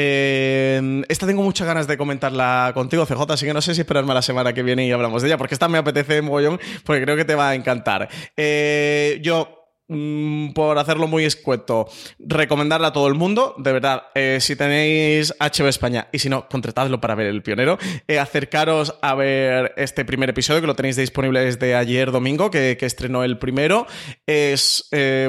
Eh, esta tengo muchas ganas de comentarla contigo, C J, así que no sé si esperarme a la semana que viene y hablamos de ella, porque esta me apetece mogollón, porque creo que te va a encantar. Eh, yo... por hacerlo muy escueto, recomendarla a todo el mundo, de verdad. Eh, si tenéis H B O España, y si no, contratadlo para ver El Pionero, eh, acercaros a ver este primer episodio, que lo tenéis disponible desde ayer domingo, que, que estrenó el primero. Es eh,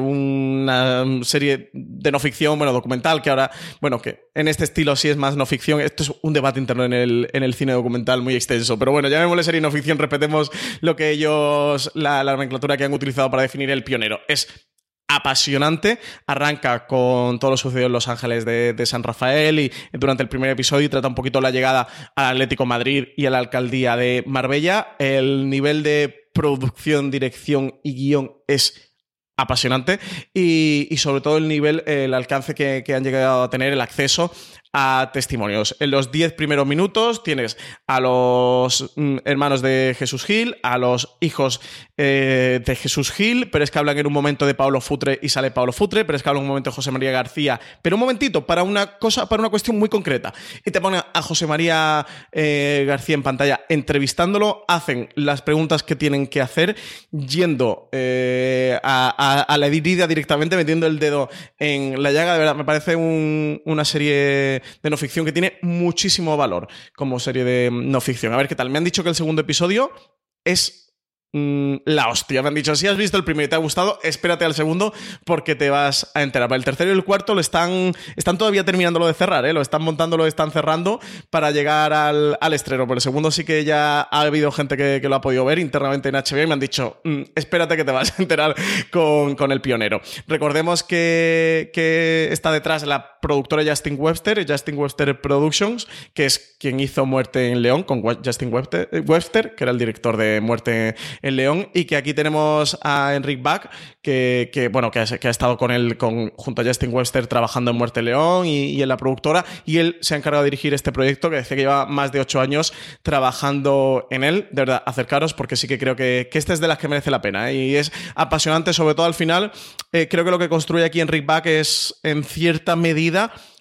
una serie de no ficción, bueno, documental, que ahora, bueno, que en este estilo sí es más no ficción. Esto es un debate interno en el, en el cine documental muy extenso, pero bueno, llamémosle serie no ficción, respetemos lo que ellos, la, la nomenclatura que han utilizado para definir El Pionero. Es apasionante, arranca con todo lo sucedido en Los Ángeles de, de San Rafael, y durante el primer episodio trata un poquito la llegada al Atlético Madrid y a la alcaldía de Marbella. El nivel de producción, dirección y guión es apasionante, y, y sobre todo el nivel, el alcance que, que han llegado a tener, el acceso a testimonios. En los diez primeros minutos tienes a los mm, hermanos de Jesús Gil, a los hijos eh, de Jesús Gil, pero es que hablan en un momento de Pablo Futre y sale Pablo Futre, pero es que hablan en un momento de José María García, pero un momentito, para una cosa, para una cuestión muy concreta, y te ponen a José María eh, García en pantalla entrevistándolo, hacen las preguntas que tienen que hacer, yendo eh, a, a, a la herida directamente, metiendo el dedo en la llaga. De verdad, me parece un, una serie de no ficción que tiene muchísimo valor como serie de no ficción. A ver qué tal. Me han dicho que el segundo episodio es mmm, la hostia. Me han dicho, si has visto el primero y te ha gustado, espérate al segundo porque te vas a enterar. Para el tercero y el cuarto lo están, están todavía terminándolo de cerrar, ¿eh? Lo están montando, lo están cerrando para llegar al, al estreno. Por el segundo sí que ya ha habido gente que, que lo ha podido ver internamente en H B O y me han dicho, mmm, espérate que te vas a enterar con, con El Pionero. Recordemos que, que está detrás la productora Justin Webster, Justin Webster Productions, que es quien hizo Muerte en León con Justin Webster, Webster, que era el director de Muerte en León, y que aquí tenemos a Enric Bach, que, que bueno, que ha, que ha estado con él, con, junto a Justin Webster, trabajando en Muerte en León y, y en la productora, y él se ha encargado de dirigir este proyecto, que decía que lleva más de ocho años trabajando en él. De verdad, acercaros, porque sí que creo que, que esta es de las que merece la pena, ¿eh? Y es apasionante, sobre todo al final. Eh, creo que lo que construye aquí Enric Bach es, en cierta medida,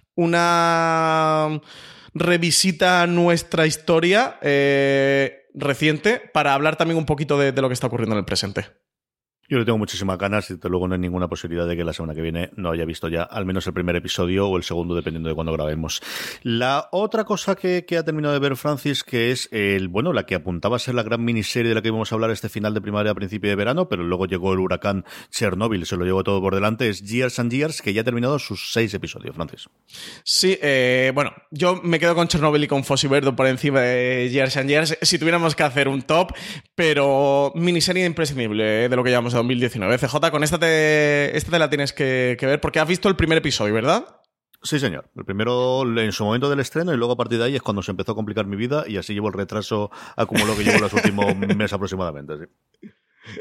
una revisita a nuestra historia eh, reciente, para hablar también un poquito de, de lo que está ocurriendo en el presente. Yo le tengo muchísimas ganas y desde luego no hay ninguna posibilidad de que la semana que viene no haya visto ya al menos el primer episodio o el segundo, dependiendo de cuándo grabemos. La otra cosa que, que ha terminado de ver Francis, que es el bueno la que apuntaba a ser la gran miniserie de la que íbamos a hablar este final de primavera a principio de verano, pero luego llegó el huracán Chernobyl, se lo llevó todo por delante, es Years and Years, que ya ha terminado sus seis episodios, Francis. Sí, eh, bueno, yo me quedo con Chernobyl y con Fosse Verdon por encima de Years and Years, si tuviéramos que hacer un top, pero miniserie imprescindible eh, de lo que llevamos de dos mil diecinueve. C J, con esta te, esta te la tienes que, que ver porque has visto el primer episodio, ¿verdad? Sí, señor. El primero en su momento del estreno y luego a partir de ahí es cuando se empezó a complicar mi vida y así llevo el retraso acumulado que llevo los últimos meses aproximadamente. Sí.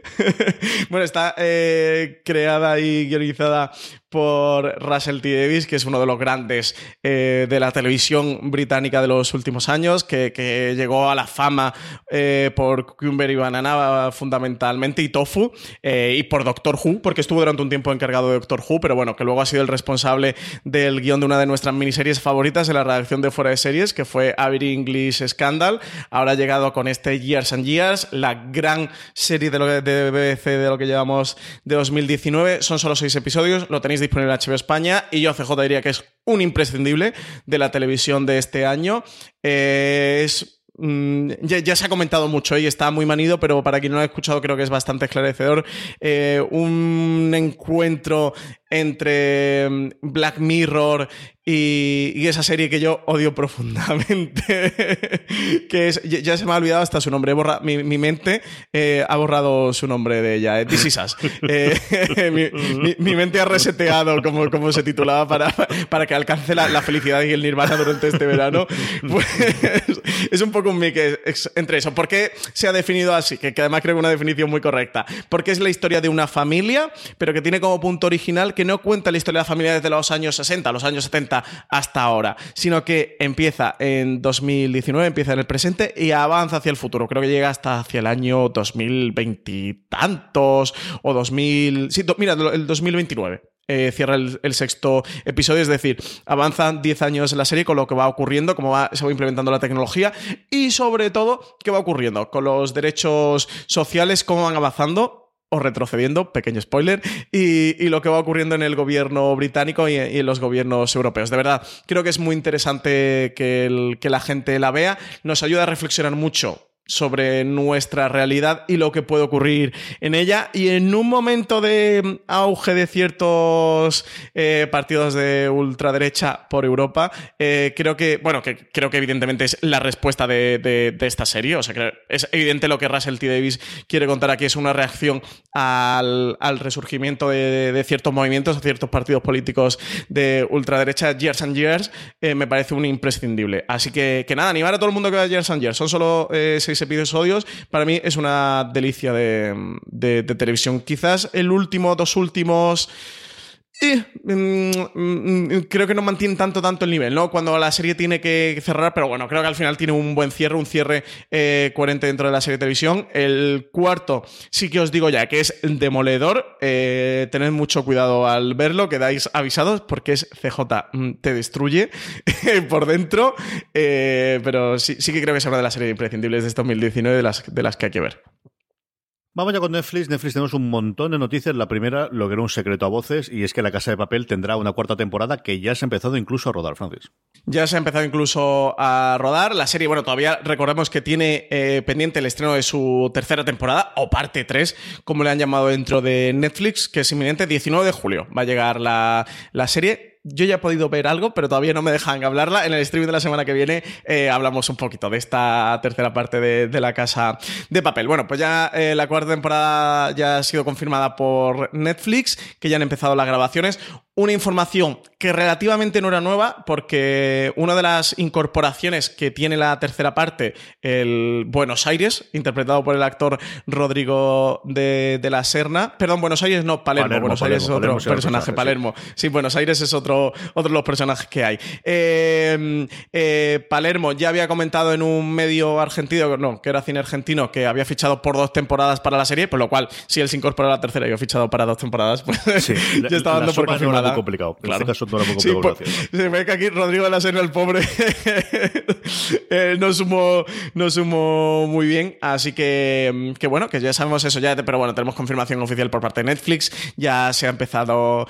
Bueno, está eh, creada y guionizada por Russell T Davies, que es uno de los grandes eh, de la televisión británica de los últimos años, que, que llegó a la fama eh, por Cucumber y Banana fundamentalmente, y Tofu, eh, y por Doctor Who, porque estuvo durante un tiempo encargado de Doctor Who, pero bueno, que luego ha sido el responsable del guión de una de nuestras miniseries favoritas en la redacción de Fuera de Series, que fue Avery English Scandal. Ahora ha llegado con este Years and Years, la gran serie de, lo que, de B B C de lo que llevamos de dos mil diecinueve. Son solo seis episodios, lo tenéis disponible en H B O España y yo, C J, diría que es un imprescindible de la televisión de este año. Eh, es mm, ya, ya se ha comentado mucho y está muy manido, pero para quien no lo ha escuchado creo que es bastante esclarecedor. Eh, un encuentro entre Black Mirror y, y esa serie que yo odio profundamente, que es, ya se me ha olvidado hasta su nombre, borra, mi, mi mente eh, ha borrado su nombre de ella, eh, This Is Us. Eh, mi, mi, mi mente ha reseteado como, como se titulaba para, para que alcance la, la felicidad y el nirvana durante este verano. Pues es un poco un mix entre eso. ¿Por qué se ha definido así? Que, que además creo que es una definición muy correcta. Porque es la historia de una familia, pero que tiene como punto original que no cuenta la historia de la familia desde los años sesenta, los años setenta hasta ahora, sino que empieza en dos mil diecinueve, empieza en el presente y avanza hacia el futuro. Creo que llega hasta hacia el año dos mil veinte y tantos o dos mil... Sí, do, mira, el dos mil veintinueve. Eh, cierra el, el sexto episodio, es decir, avanzan diez años en la serie con lo que va ocurriendo, cómo va, se va implementando la tecnología y sobre todo qué va ocurriendo con los derechos sociales, cómo van avanzando o retrocediendo, pequeño spoiler, y, y lo que va ocurriendo en el gobierno británico y, y en los gobiernos europeos. De verdad, creo que es muy interesante que, el, que la gente la vea, nos ayuda a reflexionar mucho sobre nuestra realidad y lo que puede ocurrir en ella, y en un momento de auge de ciertos eh, partidos de ultraderecha por Europa, eh, creo que, bueno, que creo que evidentemente es la respuesta de, de, de esta serie, o sea que es evidente lo que Russell T Davies quiere contar aquí, es una reacción al, al resurgimiento de, de ciertos movimientos, a ciertos partidos políticos de ultraderecha. Years and Years eh, me parece un imprescindible, así que, que nada, animar a todo el mundo que vea Years and Years, son solo eh, seis episodios, para mí es una delicia de, de, de televisión. Quizás el último, dos últimos... Eh, mm, mm, creo que no mantiene tanto tanto el nivel, ¿no? Cuando la serie tiene que cerrar, pero bueno, creo que al final tiene un buen cierre, un cierre eh, coherente dentro de la serie de televisión. El cuarto, sí que os digo ya que es demoledor. Eh, tened mucho cuidado al verlo, quedáis avisados porque es C J, te destruye por dentro. Eh, pero sí, sí que creo que es una de las series imprescindibles de este dos mil diecinueve de las, de las que hay que ver. Vamos ya con Netflix. Netflix tenemos un montón de noticias. La primera, lo que era un secreto a voces, y es que La Casa de Papel tendrá una cuarta temporada que ya se ha empezado incluso a rodar, Francis. Ya se ha empezado incluso a rodar. La serie, bueno, todavía recordemos que tiene eh, pendiente el estreno de su tercera temporada, o parte tres, como le han llamado dentro de Netflix, que es inminente, diecinueve de julio. Va a llegar la, la serie. Yo ya he podido ver algo, pero todavía no me dejan hablarla. En el streaming de la semana que viene eh, hablamos un poquito de esta tercera parte de, de La Casa de Papel. Bueno, pues ya eh, la cuarta temporada ya ha sido confirmada por Netflix, que ya han empezado las grabaciones. Una información que relativamente no era nueva, porque una de las incorporaciones que tiene la tercera parte, el Buenos Aires, interpretado por el actor Rodrigo de, de la Serna. Perdón, Buenos Aires no, Palermo. Palermo Buenos Aires Palermo, es otro Palermo personaje, personaje, Palermo. Sí. sí, Buenos Aires es otro otro, otro de los personajes que hay. Eh, eh, Palermo ya había comentado en un medio argentino, no, que era cine argentino, que había fichado por dos temporadas para la serie, por lo cual, si él se incorpora a la tercera y ha fichado para dos temporadas, pues sí, ya estaba dando por confirmada. No era muy complicado. Claro. En este caso no era muy complicado. Sí, po- se ve que aquí Rodrigo de la Serna, el pobre, eh, no sumó, no sumó muy bien, así que, que bueno, que ya sabemos eso ya, pero bueno, tenemos confirmación oficial por parte de Netflix, ya se ha empezado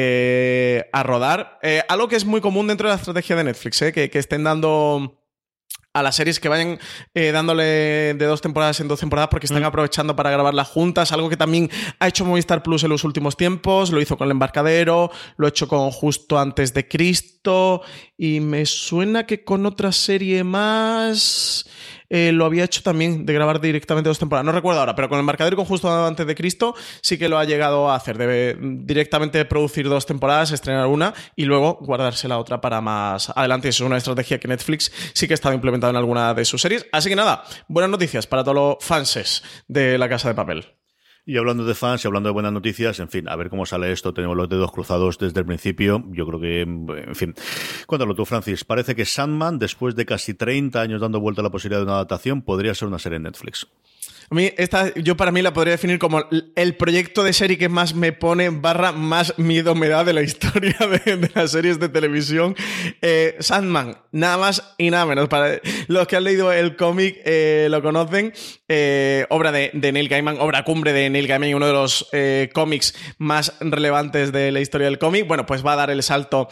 eh, a rodar. Eh, algo que es muy común dentro de la estrategia de Netflix, eh, que, que estén dando a las series que vayan eh, dándole de dos temporadas en dos temporadas porque están mm. aprovechando para grabarlas juntas, algo que también ha hecho Movistar Plus en los últimos tiempos, lo hizo con El Embarcadero, lo ha hecho con Justo antes de Cristo y me suena que con otra serie más eh, lo había hecho también, de grabar directamente dos temporadas, no recuerdo ahora, pero con El Embarcadero y con Justo antes de Cristo sí que lo ha llegado a hacer, de directamente producir dos temporadas, estrenar una y luego guardarse la otra para más adelante. Eso es una estrategia que Netflix sí que ha estado implementando en alguna de sus series. Así que nada, buenas noticias para todos los fanses de La Casa de Papel. Y hablando de fans y hablando de buenas noticias, en fin, a ver cómo sale esto. Tenemos los dedos cruzados desde el principio. Yo creo que, en fin. Cuéntalo tú, Francis. Parece que Sandman, después de casi treinta años dando vuelta a la posibilidad de una adaptación, podría ser una serie en Netflix. A mí, esta, yo para mí la podría definir como el proyecto de serie que más me pone barra más miedo me da de la historia de, de las series de televisión. Eh, Sandman, nada más y nada menos. Para los que han leído el cómic eh, lo conocen. Eh, obra de, de Neil Gaiman, obra cumbre de Neil Gaiman, uno de los eh, cómics más relevantes de la historia del cómic. Bueno, pues va a dar el salto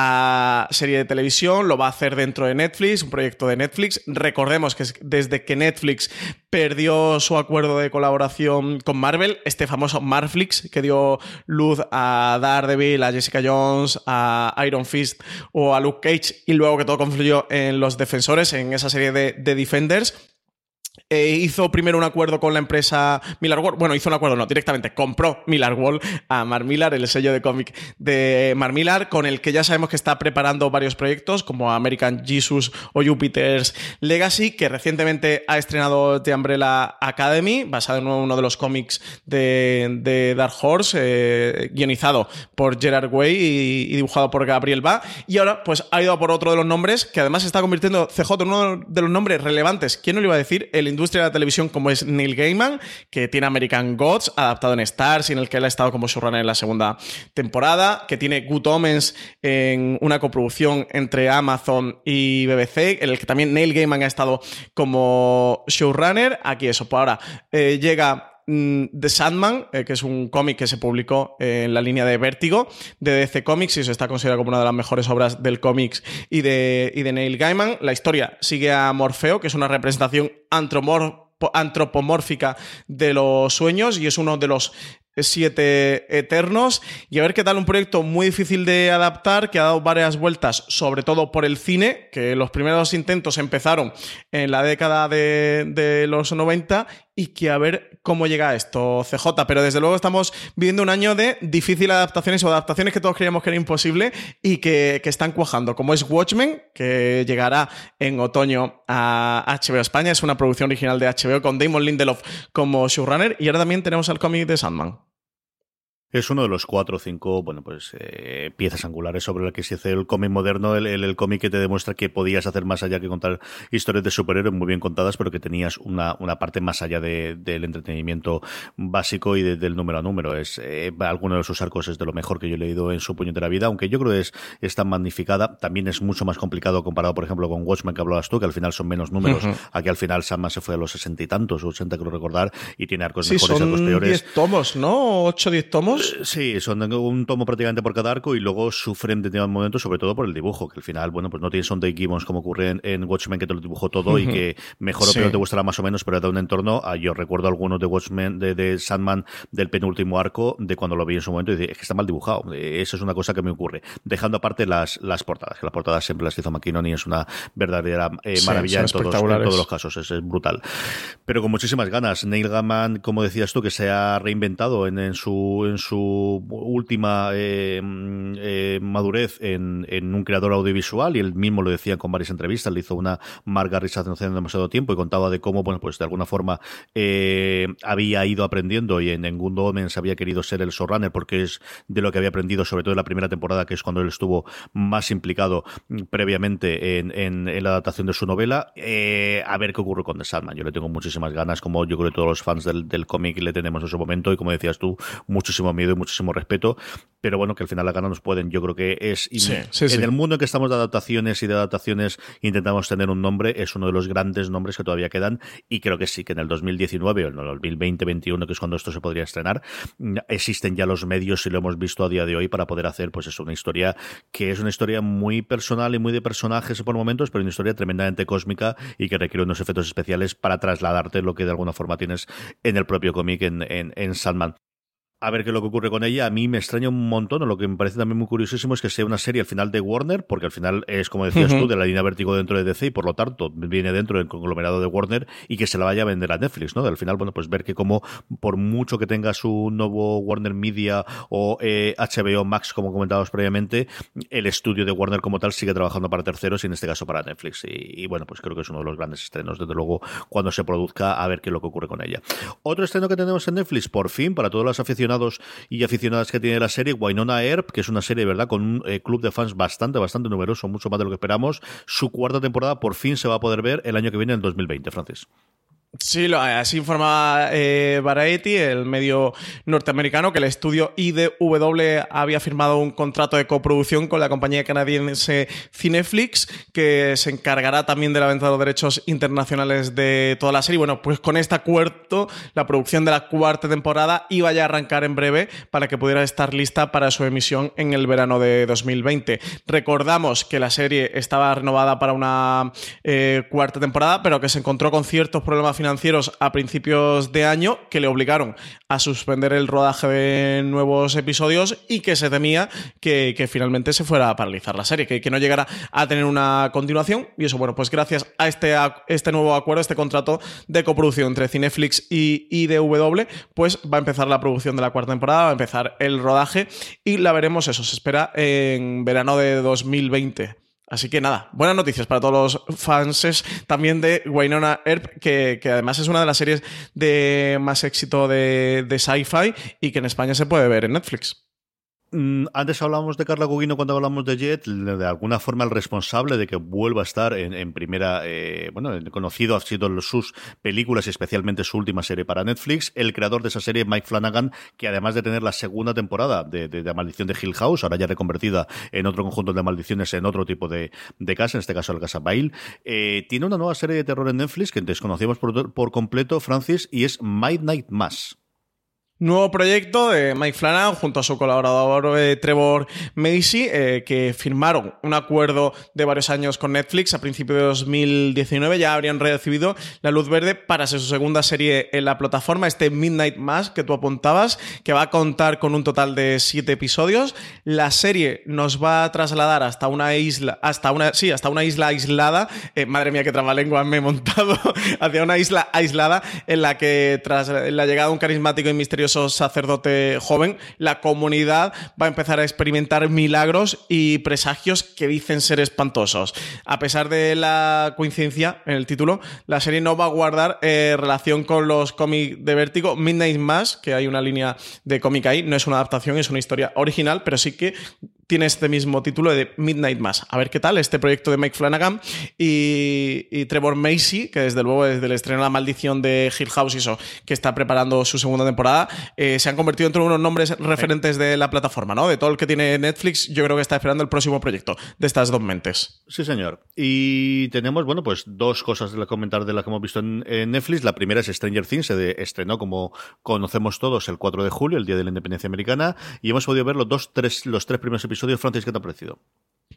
a serie de televisión, lo va a hacer dentro de Netflix, un proyecto de Netflix. Recordemos que desde que Netflix perdió su acuerdo de colaboración con Marvel, este famoso Marflix que dio luz a Daredevil, a Jessica Jones, a Iron Fist o a Luke Cage, y luego que todo confluyó en Los Defensores, en esa serie de, de Defenders. Eh, hizo primero un acuerdo con la empresa Millar World. Bueno, hizo un acuerdo, no, directamente compró Millar World a Mark Millar, el sello de cómic de Mark Millar, con el que ya sabemos que está preparando varios proyectos como American Jesus o Jupiter's Legacy, que recientemente ha estrenado The Umbrella Academy, basado en uno de los cómics de, de Dark Horse, eh, guionizado por Gerard Way y, y dibujado por Gabriel Ba. Y ahora pues ha ido a por otro de los nombres, que además se está convirtiendo C J en uno de los nombres relevantes. ¿Quién no le iba a decir? El industria de la televisión, como es Neil Gaiman, que tiene American Gods adaptado en Starz y en el que él ha estado como showrunner en la segunda temporada, que tiene Good Omens en una coproducción entre Amazon y B B C, en el que también Neil Gaiman ha estado como showrunner. Aquí eso, por ahora eh, llega The Sandman, eh, que es un cómic que se publicó eh, en la línea de Vértigo de D C Comics y se está considerado como una de las mejores obras del cómics y de, y de Neil Gaiman. La historia sigue a Morfeo, que es una representación antromor- antropomórfica de los sueños y es uno de los siete eternos, y a ver qué tal. Un proyecto muy difícil de adaptar, que ha dado varias vueltas, sobre todo por el cine, que los primeros intentos empezaron en la década de, de los noventa, y que a ver cómo llega esto, C J. Pero desde luego estamos viviendo un año de difíciles adaptaciones o adaptaciones que todos creíamos que era imposible y que, que están cuajando, como es Watchmen, que llegará en otoño a H B O España. Es una producción original de H B O con Damon Lindelof como showrunner, y ahora también tenemos el cómic de Sandman. Es uno de los cuatro o cinco, bueno, pues eh, piezas angulares sobre las que se hace el cómic moderno, el, el, el cómic que te demuestra que podías hacer más allá que contar historias de superhéroes muy bien contadas, pero que tenías una, una parte más allá de, del entretenimiento básico y de, del número a número. Es eh, alguno de sus arcos es de lo mejor que yo he leído en su puñetera vida, aunque yo creo que es, es tan magnificada. También es mucho más complicado comparado, por ejemplo, con Watchmen, que hablabas tú, que al final son menos números. Uh-huh. Aquí al final Sandman se fue a los sesenta y tantos, ochenta creo recordar, y tiene arcos sí, mejores, arcos peores. diez tomos, ¿no? ocho o diez tomos. Sí, son un tomo prácticamente por cada arco, y luego sufren de determinados momentos, sobre todo por el dibujo, que al final, bueno, pues no tienes un Dave Gibbons como ocurre en, en Watchmen, que te lo dibujó todo, uh-huh. y que mejor o peor sí. te gustará más o menos, pero da un entorno. A, yo recuerdo algunos de Watchmen, de, de Sandman, del penúltimo arco, de cuando lo vi en su momento, y dije, es que está mal dibujado. Eso es una cosa que me ocurre. Dejando aparte las, las portadas, que las portadas siempre las hizo McKinnon y es una verdadera eh, sí, maravilla en todos, en todos los casos. Es, es brutal. Pero con muchísimas ganas. Neil Gaiman, como decías tú, que se ha reinventado en, en su en su última eh, eh, madurez en, en un creador audiovisual, y él mismo lo decía con varias entrevistas. Le hizo una Marga Risa hace no demasiado tiempo y contaba de cómo, bueno, pues de alguna forma eh, había ido aprendiendo y en, en Good Omens había querido ser el showrunner porque es de lo que había aprendido, sobre todo en la primera temporada, que es cuando él estuvo más implicado previamente en, en, en la adaptación de su novela. Eh, a ver qué ocurre con The Sandman. Yo le tengo muchísimas ganas, como yo creo que todos los fans del, del cómic le tenemos en su momento, y como decías tú, muchísimo miedo y muchísimo respeto, pero bueno, que al final las ganas nos pueden. Yo creo que es sí, sí, en sí. el mundo en que estamos de adaptaciones y de adaptaciones intentamos tener un nombre, es uno de los grandes nombres que todavía quedan, y creo que sí, que en el dos mil diecinueve o en el dos mil veinte veintiuno, que es cuando esto se podría estrenar, existen ya los medios, y lo hemos visto a día de hoy, para poder hacer pues eso, una historia que es una historia muy personal y muy de personajes por momentos, pero una historia tremendamente cósmica y que requiere unos efectos especiales para trasladarte lo que de alguna forma tienes en el propio cómic en, en, en Sandman. A ver qué es lo que ocurre con ella. A mí me extraña un montón, o lo que me parece también muy curiosísimo es que sea una serie al final de Warner, porque al final es, como decías uh-huh. tú, de la línea Vértigo dentro de D C, y por lo tanto viene dentro del conglomerado de Warner, y que se la vaya a vender a Netflix, ¿no? Al final, bueno, pues ver que como por mucho que tenga su nuevo Warner Media o eh, H B O Max, como comentábamos previamente, el estudio de Warner como tal sigue trabajando para terceros, y en este caso para Netflix. Y, y bueno, pues creo que es uno de los grandes estrenos, desde luego, cuando se produzca, a ver qué es lo que ocurre con ella. Otro estreno que tenemos en Netflix, por fin, para todos los aficionados y aficionadas que tiene la serie, Wynonna Earp, que es una serie, ¿verdad?, con un eh, club de fans bastante, bastante numeroso, mucho más de lo que esperamos. Su cuarta temporada por fin se va a poder ver el año que viene, en dos mil veinte, Francis. Sí, lo, así informa eh, Variety, el medio norteamericano, que el estudio I D W había firmado un contrato de coproducción con la compañía canadiense Cineflix, que se encargará también de la venta de los derechos internacionales de toda la serie. Bueno, pues con este acuerdo, la producción de la cuarta temporada iba ya a arrancar en breve para que pudiera estar lista para su emisión en el verano de dos mil veinte. Recordamos que la serie estaba renovada para una eh, cuarta temporada, pero que se encontró con ciertos problemas financieros a principios de año que le obligaron a suspender el rodaje de nuevos episodios, y que se temía que, que finalmente se fuera a paralizar la serie, que, que no llegara a tener una continuación. Y eso, bueno, pues gracias a este, a este nuevo acuerdo, este contrato de coproducción entre Cineflix y I D W, pues va a empezar la producción de la cuarta temporada, va a empezar el rodaje, y la veremos, eso, se espera en verano de dos mil veinte. Así que nada, buenas noticias para todos los fans también de Wynonna Earp, que, que además es una de las series de más éxito de, de sci-fi, y que en España se puede ver en Netflix. Antes hablábamos de Carla Gugino cuando hablamos de Jet, de alguna forma el responsable de que vuelva a estar en, en primera, eh, bueno, conocido ha sido sus películas y especialmente su última serie para Netflix. El creador de esa serie, Mike Flanagan, que además de tener la segunda temporada de, de, de La Maldición de Hill House, ahora ya reconvertida en otro conjunto de maldiciones, en otro tipo de, de casa, en este caso el Casa Bail, eh, tiene una nueva serie de terror en Netflix que desconocíamos por, por completo, Francis, y es Midnight Mass. Nuevo proyecto de Mike Flanagan junto a su colaborador eh, Trevor Macy, eh, que firmaron un acuerdo de varios años con Netflix a principios de dos mil diecinueve. Ya habrían recibido la luz verde para ser su segunda serie en la plataforma, este Midnight Mass que tú apuntabas, que va a contar con un total de siete episodios. La serie nos va a trasladar hasta una isla, hasta una, sí, hasta una isla aislada. Eh, madre mía, qué trabalengua me he montado. Hacia una isla aislada en la que, tras la llegada de un carismático y misterioso sacerdote joven, la comunidad va a empezar a experimentar milagros y presagios que dicen ser espantosos. A pesar de la coincidencia en el título, la serie no va a guardar eh, relación con los cómics de Vértigo. Midnight Mass, que hay una línea de cómic ahí, no es una adaptación, es una historia original, pero sí que tiene este mismo título de Midnight Mass. A ver qué tal este proyecto de Mike Flanagan y, y Trevor Macy, que desde luego desde el estreno de La Maldición de Hill House, eso, que está preparando su segunda temporada, eh, se han convertido entre unos nombres referentes de la plataforma, ¿no? De todo el que tiene Netflix, yo creo que está esperando el próximo proyecto de estas dos mentes. Sí, señor. Y tenemos, bueno, pues dos cosas de comentar de las que hemos visto en, en Netflix. La primera es Stranger Things, se de, estrenó, como conocemos todos, el cuatro de julio, el Día de la Independencia Americana, y hemos podido ver los, dos, tres, los tres primeros episodios. Francis, ¿qué te ha parecido?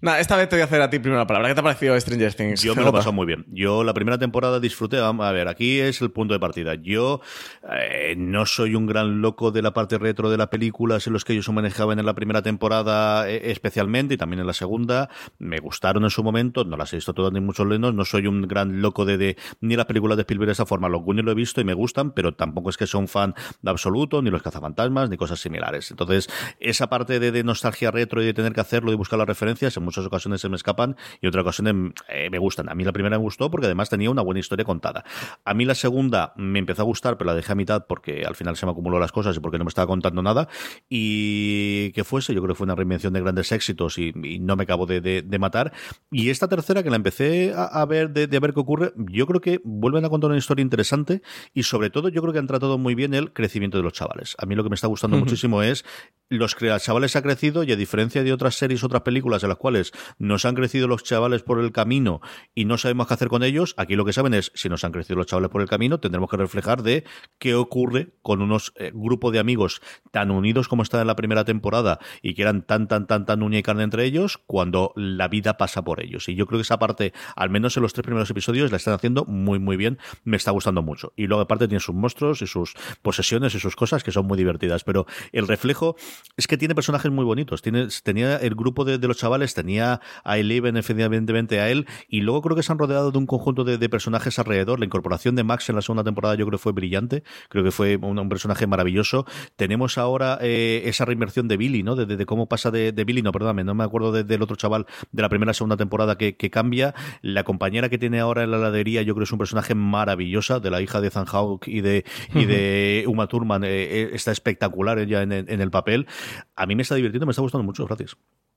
Nada, esta vez te voy a hacer a ti primero la palabra. ¿Qué te ha parecido Stranger Things? Yo me lo he pasado muy bien. Yo la primera temporada disfruté. Vamos a ver, aquí es el punto de partida. Yo eh, no soy un gran loco de la parte retro de las películas en los que ellos se manejaban en la primera temporada eh, especialmente, y también en la segunda. Me gustaron en su momento, no las he visto todas ni mucho menos. No soy un gran loco de, de ni las películas de Spielberg de esa forma. Los Goonies lo he visto y me gustan, pero tampoco es que sea un fan de absoluto, ni los cazafantasmas, ni cosas similares. Entonces, esa parte de, de nostalgia retro y de tener que hacerlo y buscar las referencias, en muchas ocasiones se me escapan y en otras ocasiones eh, me gustan. A mí la primera me gustó porque además tenía una buena historia contada. A mí la segunda me empezó a gustar, pero la dejé a mitad porque al final se me acumuló las cosas y porque no me estaba contando nada. Y que fuese, yo creo que fue una reinvención de grandes éxitos y, y no me acabo de, de, de matar. Y esta tercera, que la empecé a, a ver, de, de ver qué ocurre, yo creo que vuelven a contar una historia interesante y sobre todo yo creo que han tratado muy bien el crecimiento de los chavales. A mí lo que me está gustando uh-huh. muchísimo es los que los chavales han crecido, y a diferencia de otras series, otras películas en las cuales nos han crecido los chavales por el camino y no sabemos qué hacer con ellos, aquí lo que saben es, si nos han crecido los chavales por el camino, tendremos que reflejar de qué ocurre con unos eh, grupos de amigos tan unidos como están en la primera temporada y que eran tan, tan, tan, tan uña y carne entre ellos cuando la vida pasa por ellos. Y yo creo que esa parte, al menos en los tres primeros episodios, la están haciendo muy, muy bien. Me está gustando mucho. Y luego aparte tiene sus monstruos y sus posesiones y sus cosas que son muy divertidas. Pero el reflejo es que tiene personajes muy bonitos. Tiene, tenía el grupo de, de los chavales, tenía a Eleven, efectivamente a él, y luego creo que se han rodeado de un conjunto de, de personajes alrededor. La incorporación de Max en la segunda temporada yo creo que fue brillante. Creo que fue un, un personaje maravilloso. Tenemos ahora eh, esa reinversión de Billy, ¿no? De, de, de cómo pasa de, de Billy, no, perdóname, no me acuerdo de, del otro chaval de la primera segunda temporada que, que cambia. La compañera que tiene ahora en la heladería yo creo que es un personaje maravillosa, de la hija de Ethan Hawke y de, uh-huh. y de Uma Thurman. Eh, está espectacular ella en, en el papel. A mí me está divirtiendo, me está gustando mucho, Francis.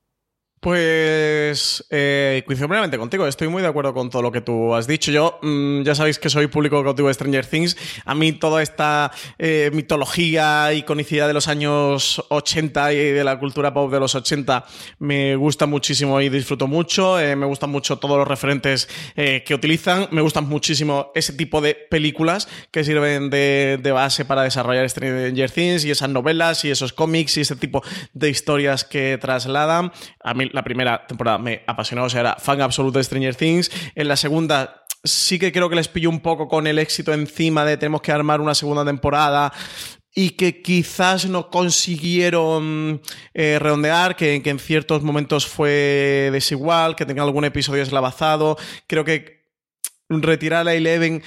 Pues eh, coincido plenamente contigo, estoy muy de acuerdo con todo lo que tú has dicho. Yo mmm, ya sabéis que soy público cautivo de Stranger Things. A mí toda esta eh, mitología, iconicidad de los años ochenta y de la cultura pop de los ochenta me gusta muchísimo y disfruto mucho. Eh, me gustan mucho todos los referentes eh, que utilizan. Me gustan muchísimo ese tipo de películas que sirven de, de base para desarrollar Stranger Things y esas novelas y esos cómics y ese tipo de historias que trasladan. A mí la primera temporada me apasionó, o sea, era fan absoluto de Stranger Things. En la segunda sí que creo que les pilló un poco con el éxito encima de tenemos que armar una segunda temporada y que quizás no consiguieron eh, redondear, que, que en ciertos momentos fue desigual, que tenía algún episodio eslavazado. Creo que retirar a Eleven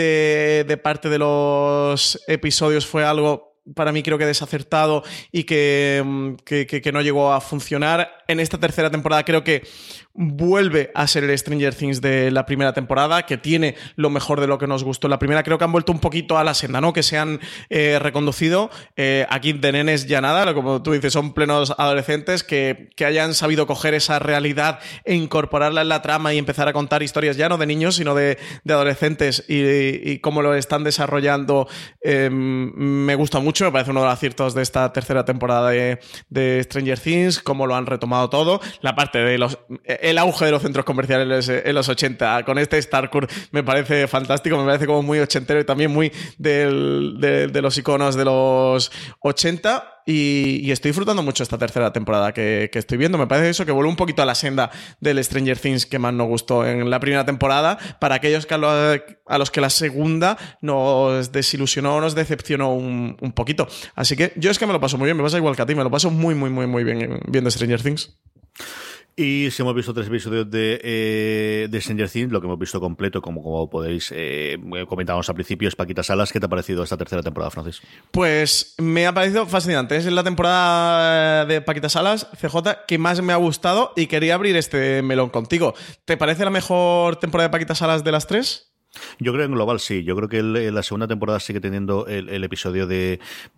de, de parte de los episodios fue algo, para mí creo que desacertado y que, que, que, que no llegó a funcionar. En esta tercera temporada creo que vuelve a ser el Stranger Things de la primera temporada, que tiene lo mejor de lo que nos gustó en la primera. Creo que han vuelto un poquito a la senda, ¿no? Que se han eh, reconducido. Eh, aquí de nenes ya nada, como tú dices, son plenos adolescentes que, que hayan sabido coger esa realidad e incorporarla en la trama y empezar a contar historias ya no de niños, sino de, de adolescentes y, y cómo lo están desarrollando. Eh, me gusta mucho, me parece uno de los aciertos de esta tercera temporada de, de Stranger Things, cómo lo han retomado todo. La parte de los... El auge de los centros comerciales en los ochenta con este Starcourt me parece fantástico, me parece como muy ochentero y también muy del, de, de los iconos de los ochenta. Y, y estoy disfrutando mucho esta tercera temporada que, que estoy viendo. Me parece eso, que vuelve un poquito a la senda del Stranger Things que más nos gustó en la primera temporada, para aquellos que a, lo, a los que la segunda nos desilusionó, nos decepcionó un, un poquito. Así que yo es que me lo paso muy bien, me pasa igual que a ti, me lo paso muy, muy, muy, muy bien viendo Stranger Things. Y si hemos visto tres episodios de, eh, de Stranger Things, lo que hemos visto completo, como, como podéis eh, comentábamos al principio, es Paquita Salas. ¿Qué te ha parecido esta tercera temporada, Francis? Pues me ha parecido fascinante. Es la temporada de Paquita Salas, C J, que más me ha gustado y quería abrir este melón contigo. ¿Te parece la mejor temporada de Paquita Salas de las tres? Yo creo que en global sí. Yo creo que el, la segunda temporada sigue teniendo el, el episodio de,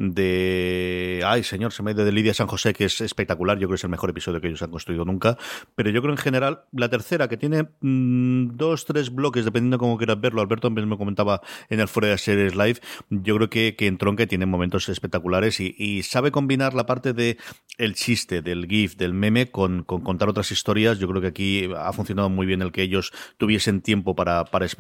de... Ay, señor, se me ha ido de Lidia San José, que es espectacular. Yo creo que es el mejor episodio que ellos han construido nunca. Pero yo creo en general, la tercera, que tiene mmm, dos, tres bloques, dependiendo de cómo quieras verlo. Alberto me comentaba en el Fuera de Series Live. Yo creo que, que en Tronque tiene momentos espectaculares y, y sabe combinar la parte de el chiste, del GIF, del meme, con, con contar otras historias. Yo creo que aquí ha funcionado muy bien el que ellos tuviesen tiempo para, para experimentar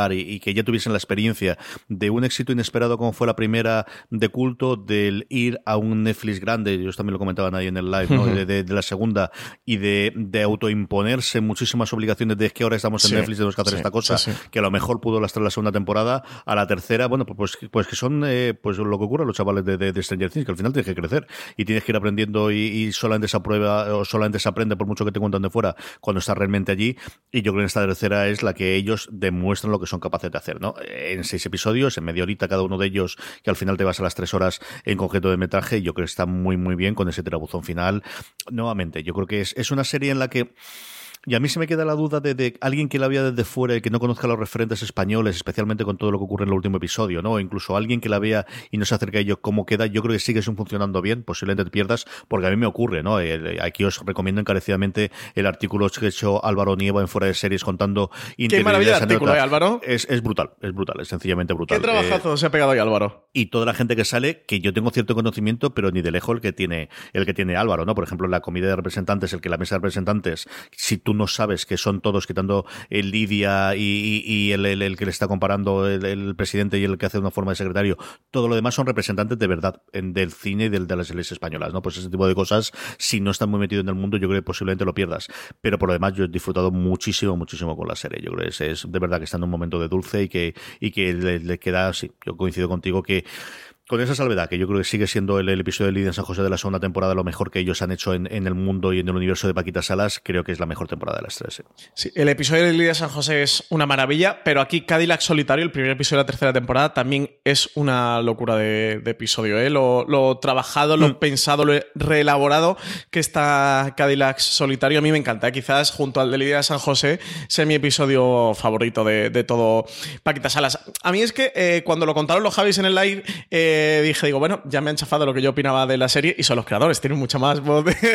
y, y que ya tuviesen la experiencia de un éxito inesperado como fue la primera de culto, del ir a un Netflix grande, ellos también lo comentaban ahí en el live, ¿no? de, de, de la segunda, y de, de autoimponerse muchísimas obligaciones de que ahora estamos en sí, Netflix, tenemos que hacer sí, esta cosa, sí, sí. que a lo mejor pudo lastrar la segunda temporada, a la tercera, bueno, pues, pues que son eh, pues lo que ocurre a los chavales de, de, de Stranger Things, que al final tienes que crecer y tienes que ir aprendiendo y, y solamente se aprueba o solamente se aprende por mucho que te cuentan de fuera cuando estás realmente allí, y yo creo que esta tercera es la que ellos demuestran lo que son capaces de hacer, ¿no? En seis episodios, en media horita cada uno de ellos, que al final te vas a las tres horas en concreto de metraje, yo creo que está muy muy bien con ese tirabuzón final. Nuevamente, yo creo que es, es una serie en la que y a mí se me queda la duda de, de alguien que la vea desde fuera y que no conozca los referentes españoles, especialmente con todo lo que ocurre en el último episodio, ¿no? O incluso alguien que la vea y no se acerque a ello, cómo queda. Yo creo que sigue funcionando bien, posiblemente te pierdas, porque a mí me ocurre, ¿no? Eh, aquí os recomiendo encarecidamente el artículo que ha hecho Álvaro Nieva en Fuera de Series contando... Qué maravilla de artículo, ¿eh, Álvaro? Es, es brutal, es brutal, es sencillamente brutal. Qué trabajazo eh, se ha pegado ahí, Álvaro. Y toda la gente que sale, que yo tengo cierto conocimiento, pero ni de lejos el que tiene el que tiene Álvaro, ¿no? Por ejemplo, la comida de representantes, el que la mesa de representantes, si tú no sabes que son todos, quitando el Lidia y, y, y el, el, el que le está comparando el, el presidente y el que hace una forma de secretario, todo lo demás son representantes de verdad en, del cine y del, de las series españolas, ¿no? Pues ese tipo de cosas, si no estás muy metido en el mundo, yo creo que posiblemente lo pierdas. Pero por lo demás, yo he disfrutado muchísimo, muchísimo con la serie. Yo creo que es, es de verdad que está en un momento de dulce y que, y que le, le queda, sí, yo coincido contigo que con esa salvedad, que yo creo que sigue siendo el, el episodio de Lidia en San José de la segunda temporada lo mejor que ellos han hecho en, en el mundo y en el universo de Paquita Salas, creo que es la mejor temporada de las tres. ¿eh? Sí, el episodio de Lidia en San José es una maravilla, pero aquí Cadillac Solitario, el primer episodio de la tercera temporada, también es una locura de, de episodio. ¿eh? Lo, lo trabajado, lo mm. pensado, lo reelaborado que está Cadillac Solitario, a mí me encanta. ¿eh? Quizás junto al de Lidia de San José sea mi episodio favorito de, de todo Paquita Salas. A mí es que eh, cuando lo contaron los Javis en el live, eh, dije, digo, bueno, ya me han chafado lo que yo opinaba de la serie y son los creadores, tienen mucha más voz de,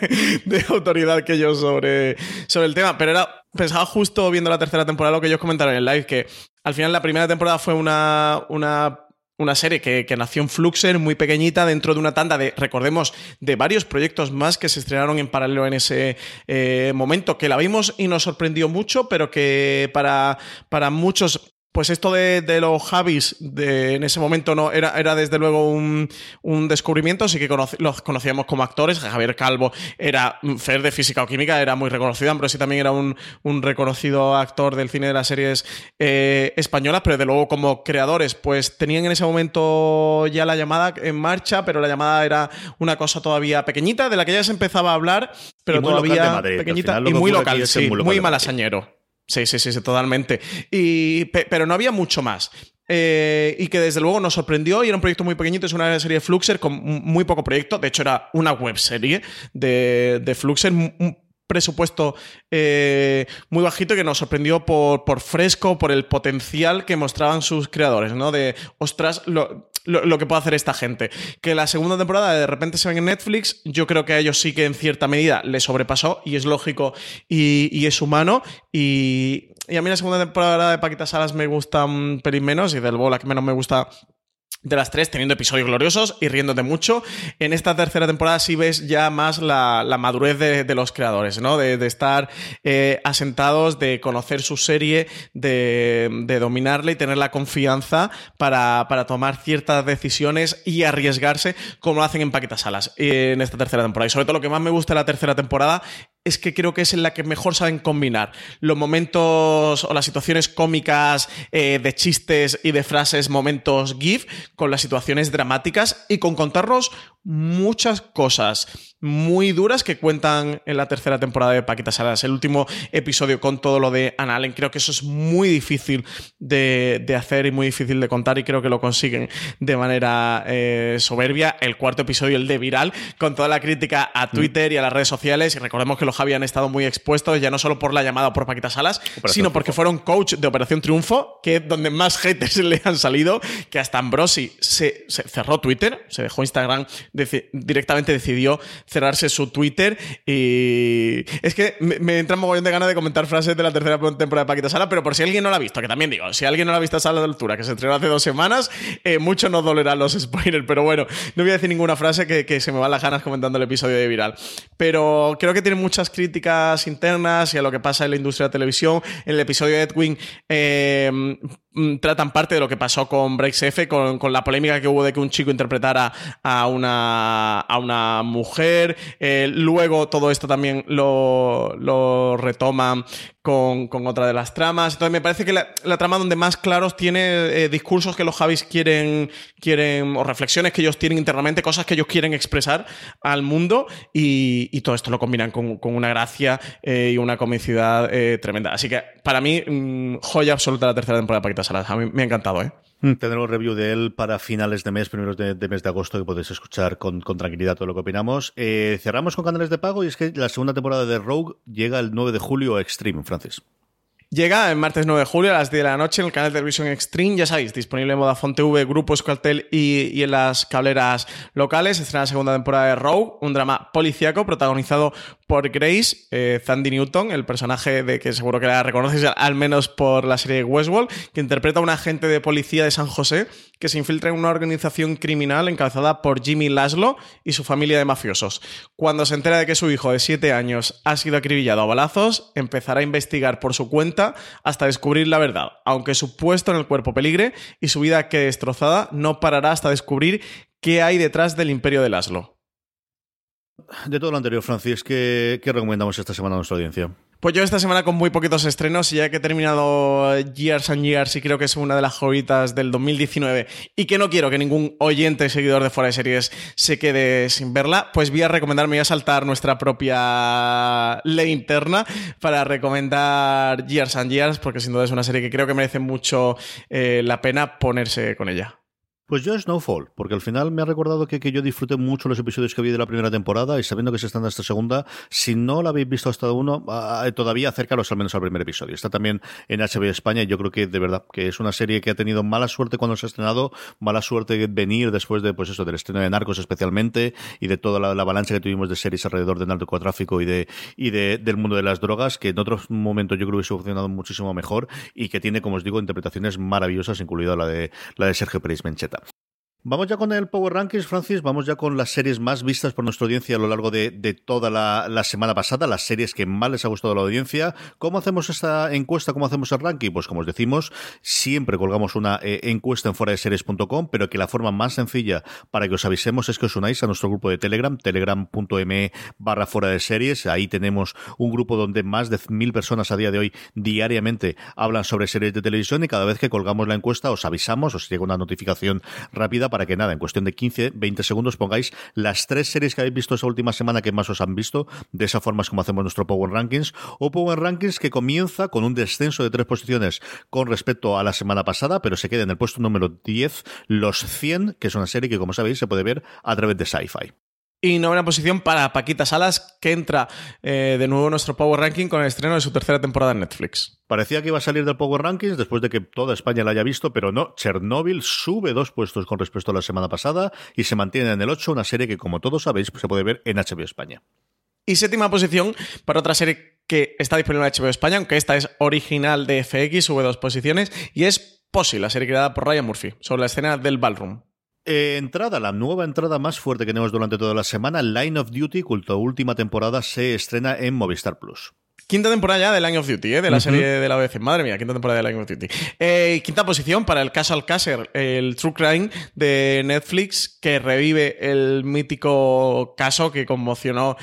de autoridad que yo sobre, sobre el tema, pero era, pensaba justo viendo la tercera temporada lo que ellos comentaron en el live, que al final la primera temporada fue una, una una serie que, que nació en Fluxer, muy pequeñita, dentro de una tanda de, recordemos, de varios proyectos más que se estrenaron en paralelo en ese eh, momento, que la vimos y nos sorprendió mucho, pero que para, para muchos... Pues esto de, de los Javis de, en ese momento no era, era desde luego un, un descubrimiento. Sí que conoc- los conocíamos como actores. Javier Calvo era Fer de Física o Química, era muy reconocido. Ambrosio también era un, un reconocido actor del cine de las series eh, españolas, pero de luego como creadores pues tenían en ese momento ya la llamada en marcha, pero la llamada era una cosa todavía pequeñita, de la que ya se empezaba a hablar, pero todavía Madrid, pequeñita y muy local, sí, muy, muy malasañero. Sí, sí, sí, sí, totalmente. Y, pe- pero no había mucho más. Eh, y que desde luego nos sorprendió y era un proyecto muy pequeñito, es una serie de Fluxer con muy poco proyecto. De hecho, era una webserie de, de Fluxer, un presupuesto eh, muy bajito que nos sorprendió por, por fresco, por el potencial que mostraban sus creadores, ¿no? De, ostras, lo, lo, lo que puede hacer esta gente. Que la segunda temporada de repente se ven en Netflix, yo creo que a ellos sí que en cierta medida les sobrepasó y es lógico y, y es humano. Y, y a mí la segunda temporada de Paquita Salas me gusta un pelín menos y del luego la que menos me gusta de las tres, teniendo episodios gloriosos y riéndote mucho. En esta tercera temporada sí ves ya más la, la madurez de, de los creadores, ¿no? De, de estar eh, asentados, de conocer su serie, de, de dominarla y tener la confianza para, para tomar ciertas decisiones y arriesgarse como lo hacen en Paquita Salas en esta tercera temporada. Y sobre todo lo que más me gusta de la tercera temporada es que creo que es en la que mejor saben combinar los momentos o las situaciones cómicas eh, de chistes y de frases, momentos GIF, con las situaciones dramáticas y con contarnos muchas cosas muy duras que cuentan en la tercera temporada de Paquita Salas. El último episodio con todo lo de Anna Allen, creo que eso es muy difícil de, de hacer y muy difícil de contar y creo que lo consiguen de manera eh, soberbia. El cuarto episodio, el de Viral, con toda la crítica a Twitter y a las redes sociales, y recordemos que los Javi han estado muy expuestos, ya no solo por la llamada por Paquita Salas, Operación sino porque Triunfo. Fueron coach de Operación Triunfo, que es donde más haters le han salido, que hasta Ambrosi se, se cerró Twitter, se dejó Instagram deci- directamente decidió cerrarse su Twitter y es que me, me entra un mogollón de ganas de comentar frases de la tercera temporada de Paquita Salas, pero por si alguien no la ha visto, que también digo, si alguien no la ha visto a esa altura, que se estrenó hace dos semanas, eh, mucho nos dolerán los spoilers, pero bueno, no voy a decir ninguna frase que, que se me van las ganas comentando el episodio de Viral. Pero creo que tiene muchas críticas internas y a lo que pasa en la industria de la televisión. En el episodio de Edwin eh, tratan parte de lo que pasó con Breaks F, con, con la polémica que hubo de que un chico interpretara a una, a una mujer. Eh, luego todo esto también lo, lo retoman con, con otra de las tramas. Entonces me parece que la, la trama donde más claros tiene eh, discursos que los Javis quieren, quieren, o reflexiones que ellos tienen internamente, cosas que ellos quieren expresar al mundo, y, y todo esto lo combinan con, con una gracia eh, y una comicidad eh, tremenda. Así que para mí, mmm, joya absoluta la tercera temporada de Paquita Salas. A mí me ha encantado, ¿eh? Tendremos review de él para finales de mes, primeros de, de mes de agosto, que podéis escuchar con, con tranquilidad todo lo que opinamos. Eh, cerramos con canales de pago, y es que la segunda temporada de Rogue llega el nueve de julio a Extreme, Francis. Llega el martes nueve de julio a las diez de la noche en el canal de televisión Extreme, ya sabéis, disponible en Vodafone T V, Grupo Euskaltel y, y en las cableras locales. Estrena la segunda temporada de Rogue, un drama policíaco protagonizado por Grace, eh, Thandie Newton, el personaje de que seguro que la reconoces al menos por la serie Westworld, que interpreta a un agente de policía de San José que se infiltra en una organización criminal encabezada por Jimmy Laszlo y su familia de mafiosos. Cuando se entera de que su hijo de siete años ha sido acribillado a balazos, empezará a investigar por su cuenta hasta descubrir la verdad. Aunque su puesto en el cuerpo peligre y su vida quede destrozada, no parará hasta descubrir qué hay detrás del imperio de Laszlo. De todo lo anterior, Francis, ¿qué, qué recomendamos esta semana a nuestra audiencia? Pues yo esta semana con muy poquitos estrenos, y ya que he terminado Years and Years y creo que es una de las joyitas del dos mil diecinueve y que no quiero que ningún oyente seguidor de Fuera de Series se quede sin verla, pues voy a recomendar, me voy a saltar nuestra propia ley interna para recomendar Years and Years, porque sin duda es una serie que creo que merece mucho eh, la pena ponerse con ella. Pues yo Snowfall, porque al final me ha recordado que, que yo disfruté mucho los episodios que vi de la primera temporada, y sabiendo que se están en esta segunda, si no la habéis visto hasta uno, uh, todavía acércalos al menos al primer episodio. Está también en H B O España, y yo creo que de verdad que es una serie que ha tenido mala suerte cuando se ha estrenado, mala suerte venir después de, pues eso, del estreno de Narcos especialmente, y de toda la, la avalancha que tuvimos de series alrededor del narcotráfico y de y de, del mundo de las drogas, que en otros momentos yo creo que hubiese funcionado muchísimo mejor, y que tiene, como os digo, interpretaciones maravillosas, incluida la de la de Sergio Pérez Mencheta. Vamos ya con el Power Rankings, Francis. Vamos ya con las series más vistas por nuestra audiencia a lo largo de, de toda la, la semana pasada, las series que más les ha gustado a la audiencia. ¿Cómo hacemos esta encuesta? ¿Cómo hacemos el ranking? Pues como os decimos, siempre colgamos una eh, encuesta en fuera de series punto com, pero que la forma más sencilla para que os avisemos es que os unáis a nuestro grupo de Telegram, telegram.me barra fuera de series. Ahí tenemos un grupo donde más de mil personas a día de hoy diariamente hablan sobre series de televisión, y cada vez que colgamos la encuesta os avisamos, os llega una notificación rápida para que nada, en cuestión de quince, veinte segundos pongáis las tres series que habéis visto esa última semana que más os han visto. De esa forma es como hacemos nuestro Power Rankings, o Power Rankings que comienza con un descenso de tres posiciones con respecto a la semana pasada, pero se queda en el puesto número diez, Los cien, que es una serie que, como sabéis, se puede ver a través de Sci-Fi. Y novena posición para Paquita Salas, que entra eh, de nuevo en nuestro Power Ranking con el estreno de su tercera temporada en Netflix. Parecía que iba a salir del Power Rankings después de que toda España la haya visto, pero no. Chernobyl sube dos puestos con respecto a la semana pasada y se mantiene en el ocho, una serie que, como todos sabéis, se puede ver en H B O España. Y séptima posición para otra serie que está disponible en H B O España, aunque esta es original de F X, sube dos posiciones, y es Posse, la serie creada por Ryan Murphy, sobre la escena del ballroom. Eh, entrada, la nueva entrada más fuerte que tenemos durante toda la semana, Line of Duty, cuya última temporada se estrena en Movistar Plus. Quinta temporada ya de Line of Duty, ¿eh? de la uh-huh. serie de la B B C. Madre mía, quinta temporada de Line of Duty. Eh, quinta posición para el Castle Caser, el True Crime de Netflix, que revive el mítico caso que conmocionó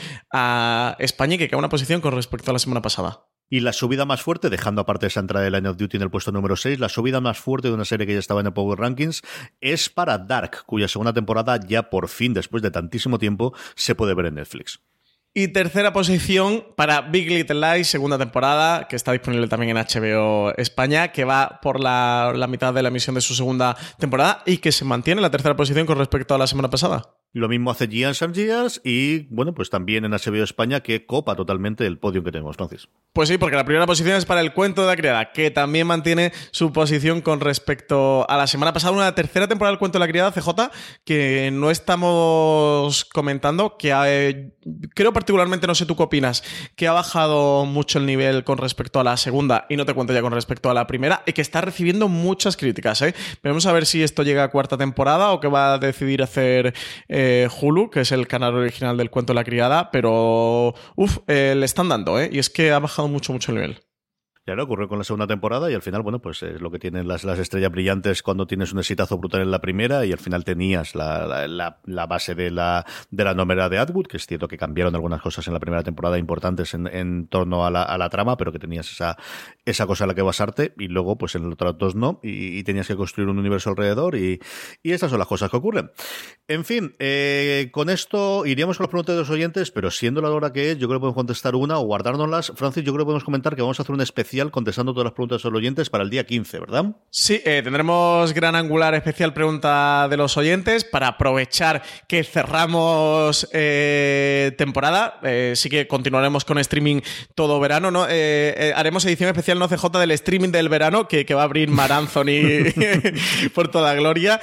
a España y que queda una posición con respecto a la semana pasada. Y la subida más fuerte, dejando aparte esa entrada de Line of Duty en el puesto número seis, la subida más fuerte de una serie que ya estaba en el Power Rankings es para Dark, cuya segunda temporada ya por fin, después de tantísimo tiempo, se puede ver en Netflix. Y tercera posición para Big Little Lies, segunda temporada, que está disponible también en H B O España, que va por la, la mitad de la emisión de su segunda temporada y que se mantiene en la tercera posición con respecto a la semana pasada. Lo mismo hace Years and Years y, bueno, pues también en H B O España, que copa totalmente el podio que tenemos, Francis. Pues sí, porque la primera posición es para El cuento de la criada, que también mantiene su posición con respecto a la semana pasada. Una tercera temporada del cuento de la criada, C J, que no estamos comentando, que ha, eh, creo particularmente, no sé tú qué opinas, que ha bajado mucho el nivel con respecto a la segunda, y no te cuento ya con respecto a la primera, y que está recibiendo muchas críticas, ¿eh? Vamos a ver si esto llega a cuarta temporada o que va a decidir hacer eh, Hulu, que es el canal original del cuento de la criada, pero uff, eh, le están dando, ¿eh? Y es que ha bajado mucho, mucho el nivel. Ya lo ocurrió con la segunda temporada y al final, bueno, pues es lo que tienen las, las estrellas brillantes cuando tienes un exitazo brutal en la primera y al final tenías la, la, la, la base de la, de la novela de Atwood, que es cierto que cambiaron algunas cosas en la primera temporada importantes en, en torno a la, a la trama, pero que tenías esa, esa cosa en la que basarte y luego pues en los otros dos no y, y tenías que construir un universo alrededor y, y estas son las cosas que ocurren. En fin, eh, con esto iríamos con las preguntas de los oyentes, pero siendo la hora que es, yo creo que podemos contestar una o guardárnoslas. Francis, yo creo que podemos comentar que vamos a hacer un especial contestando todas las preguntas de los oyentes para el día quince, ¿verdad? Sí, eh, tendremos gran angular especial pregunta de los oyentes para aprovechar que cerramos eh, temporada. Eh, sí que continuaremos con streaming todo verano, ¿no? Eh, eh, haremos edición especial, no C J, del streaming del verano, que, que va a abrir Mar Anthony por toda gloria.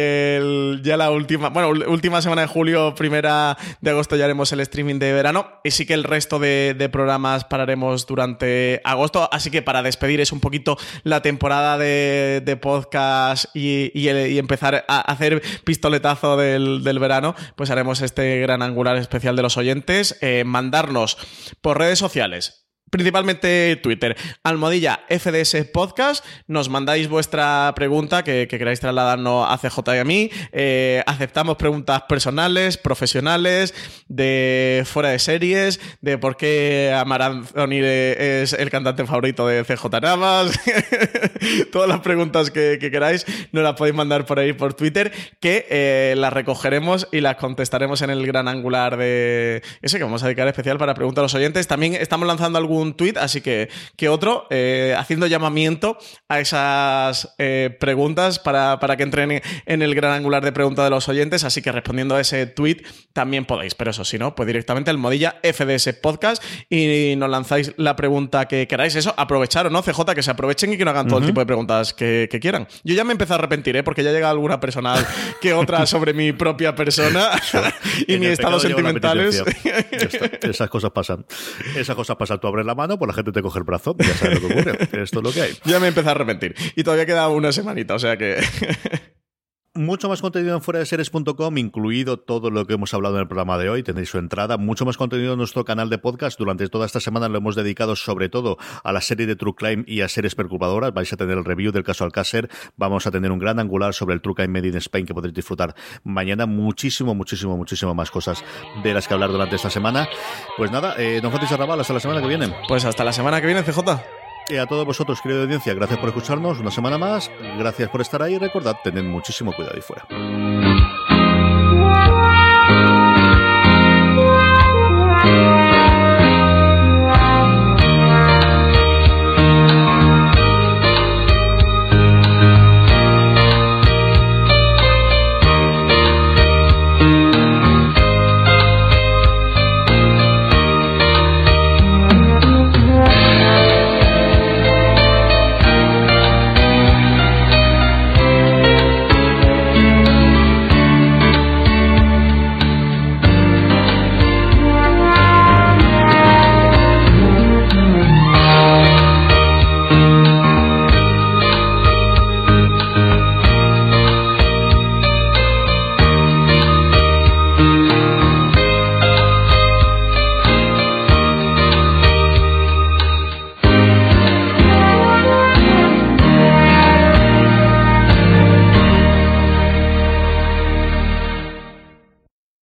El, ya la última, bueno, última semana de julio, primera de agosto ya haremos el streaming de verano. Y sí que el resto de, de programas pararemos durante agosto. Así que para despedir es un poquito la temporada de, de podcast y, y, y empezar a hacer pistoletazo del, del verano, pues haremos este gran angular especial de los oyentes. Eh, mandarnos por redes sociales, principalmente Twitter, almohadilla F D S Podcast, nos mandáis vuestra pregunta que, que queráis trasladarnos a C J y a mí. Eh, aceptamos preguntas personales, profesionales, de fuera de series, de por qué Mar Anthony es el cantante favorito de C J Navas. Todas las preguntas que, que queráis nos las podéis mandar por ahí por Twitter, que eh, las recogeremos y las contestaremos en el gran angular de ese que vamos a dedicar especial para preguntas a los oyentes. También estamos lanzando algún un tuit, así que, que otro, eh, haciendo llamamiento a esas eh, preguntas para, para que entren en el gran angular de preguntas de los oyentes, así que respondiendo a ese tuit también podéis, pero eso sí, ¿no? Pues directamente al modilla F D S Podcast y nos lanzáis la pregunta que queráis. Eso, aprovecharos, ¿no, C J? Que se aprovechen y que no hagan todo uh-huh. el tipo de preguntas que, que quieran. Yo ya me empecé a arrepentir, ¿eh? Porque ya llega alguna personal que otra sobre mi propia persona y mis estados sentimentales. Esas cosas pasan. Esas cosas pasan. Tú abres la mano, pues la gente te coge el brazo, ya sabes lo que ocurre. Esto es lo que hay. Ya me empecé a arrepentir. Y todavía queda una semanita, o sea que... Mucho más contenido en fuera de series punto com, incluido todo lo que hemos hablado en el programa de hoy. Tenéis su entrada. Mucho más contenido en nuestro canal de podcast. Durante toda esta semana lo hemos dedicado sobre todo a la serie de True Crime y a series perturbadoras. Vais a tener el review del caso Alcácer. Vamos a tener un gran angular sobre el True Crime Made in Spain que podréis disfrutar mañana. Muchísimo, muchísimo, muchísimo más cosas de las que hablar durante esta semana. Pues nada, eh, don Francis Arrabal, hasta la semana que viene. Pues hasta la semana que viene, C J. Y a todos vosotros, querida audiencia, gracias por escucharnos una semana más, gracias por estar ahí y recordad, tened muchísimo cuidado ahí fuera.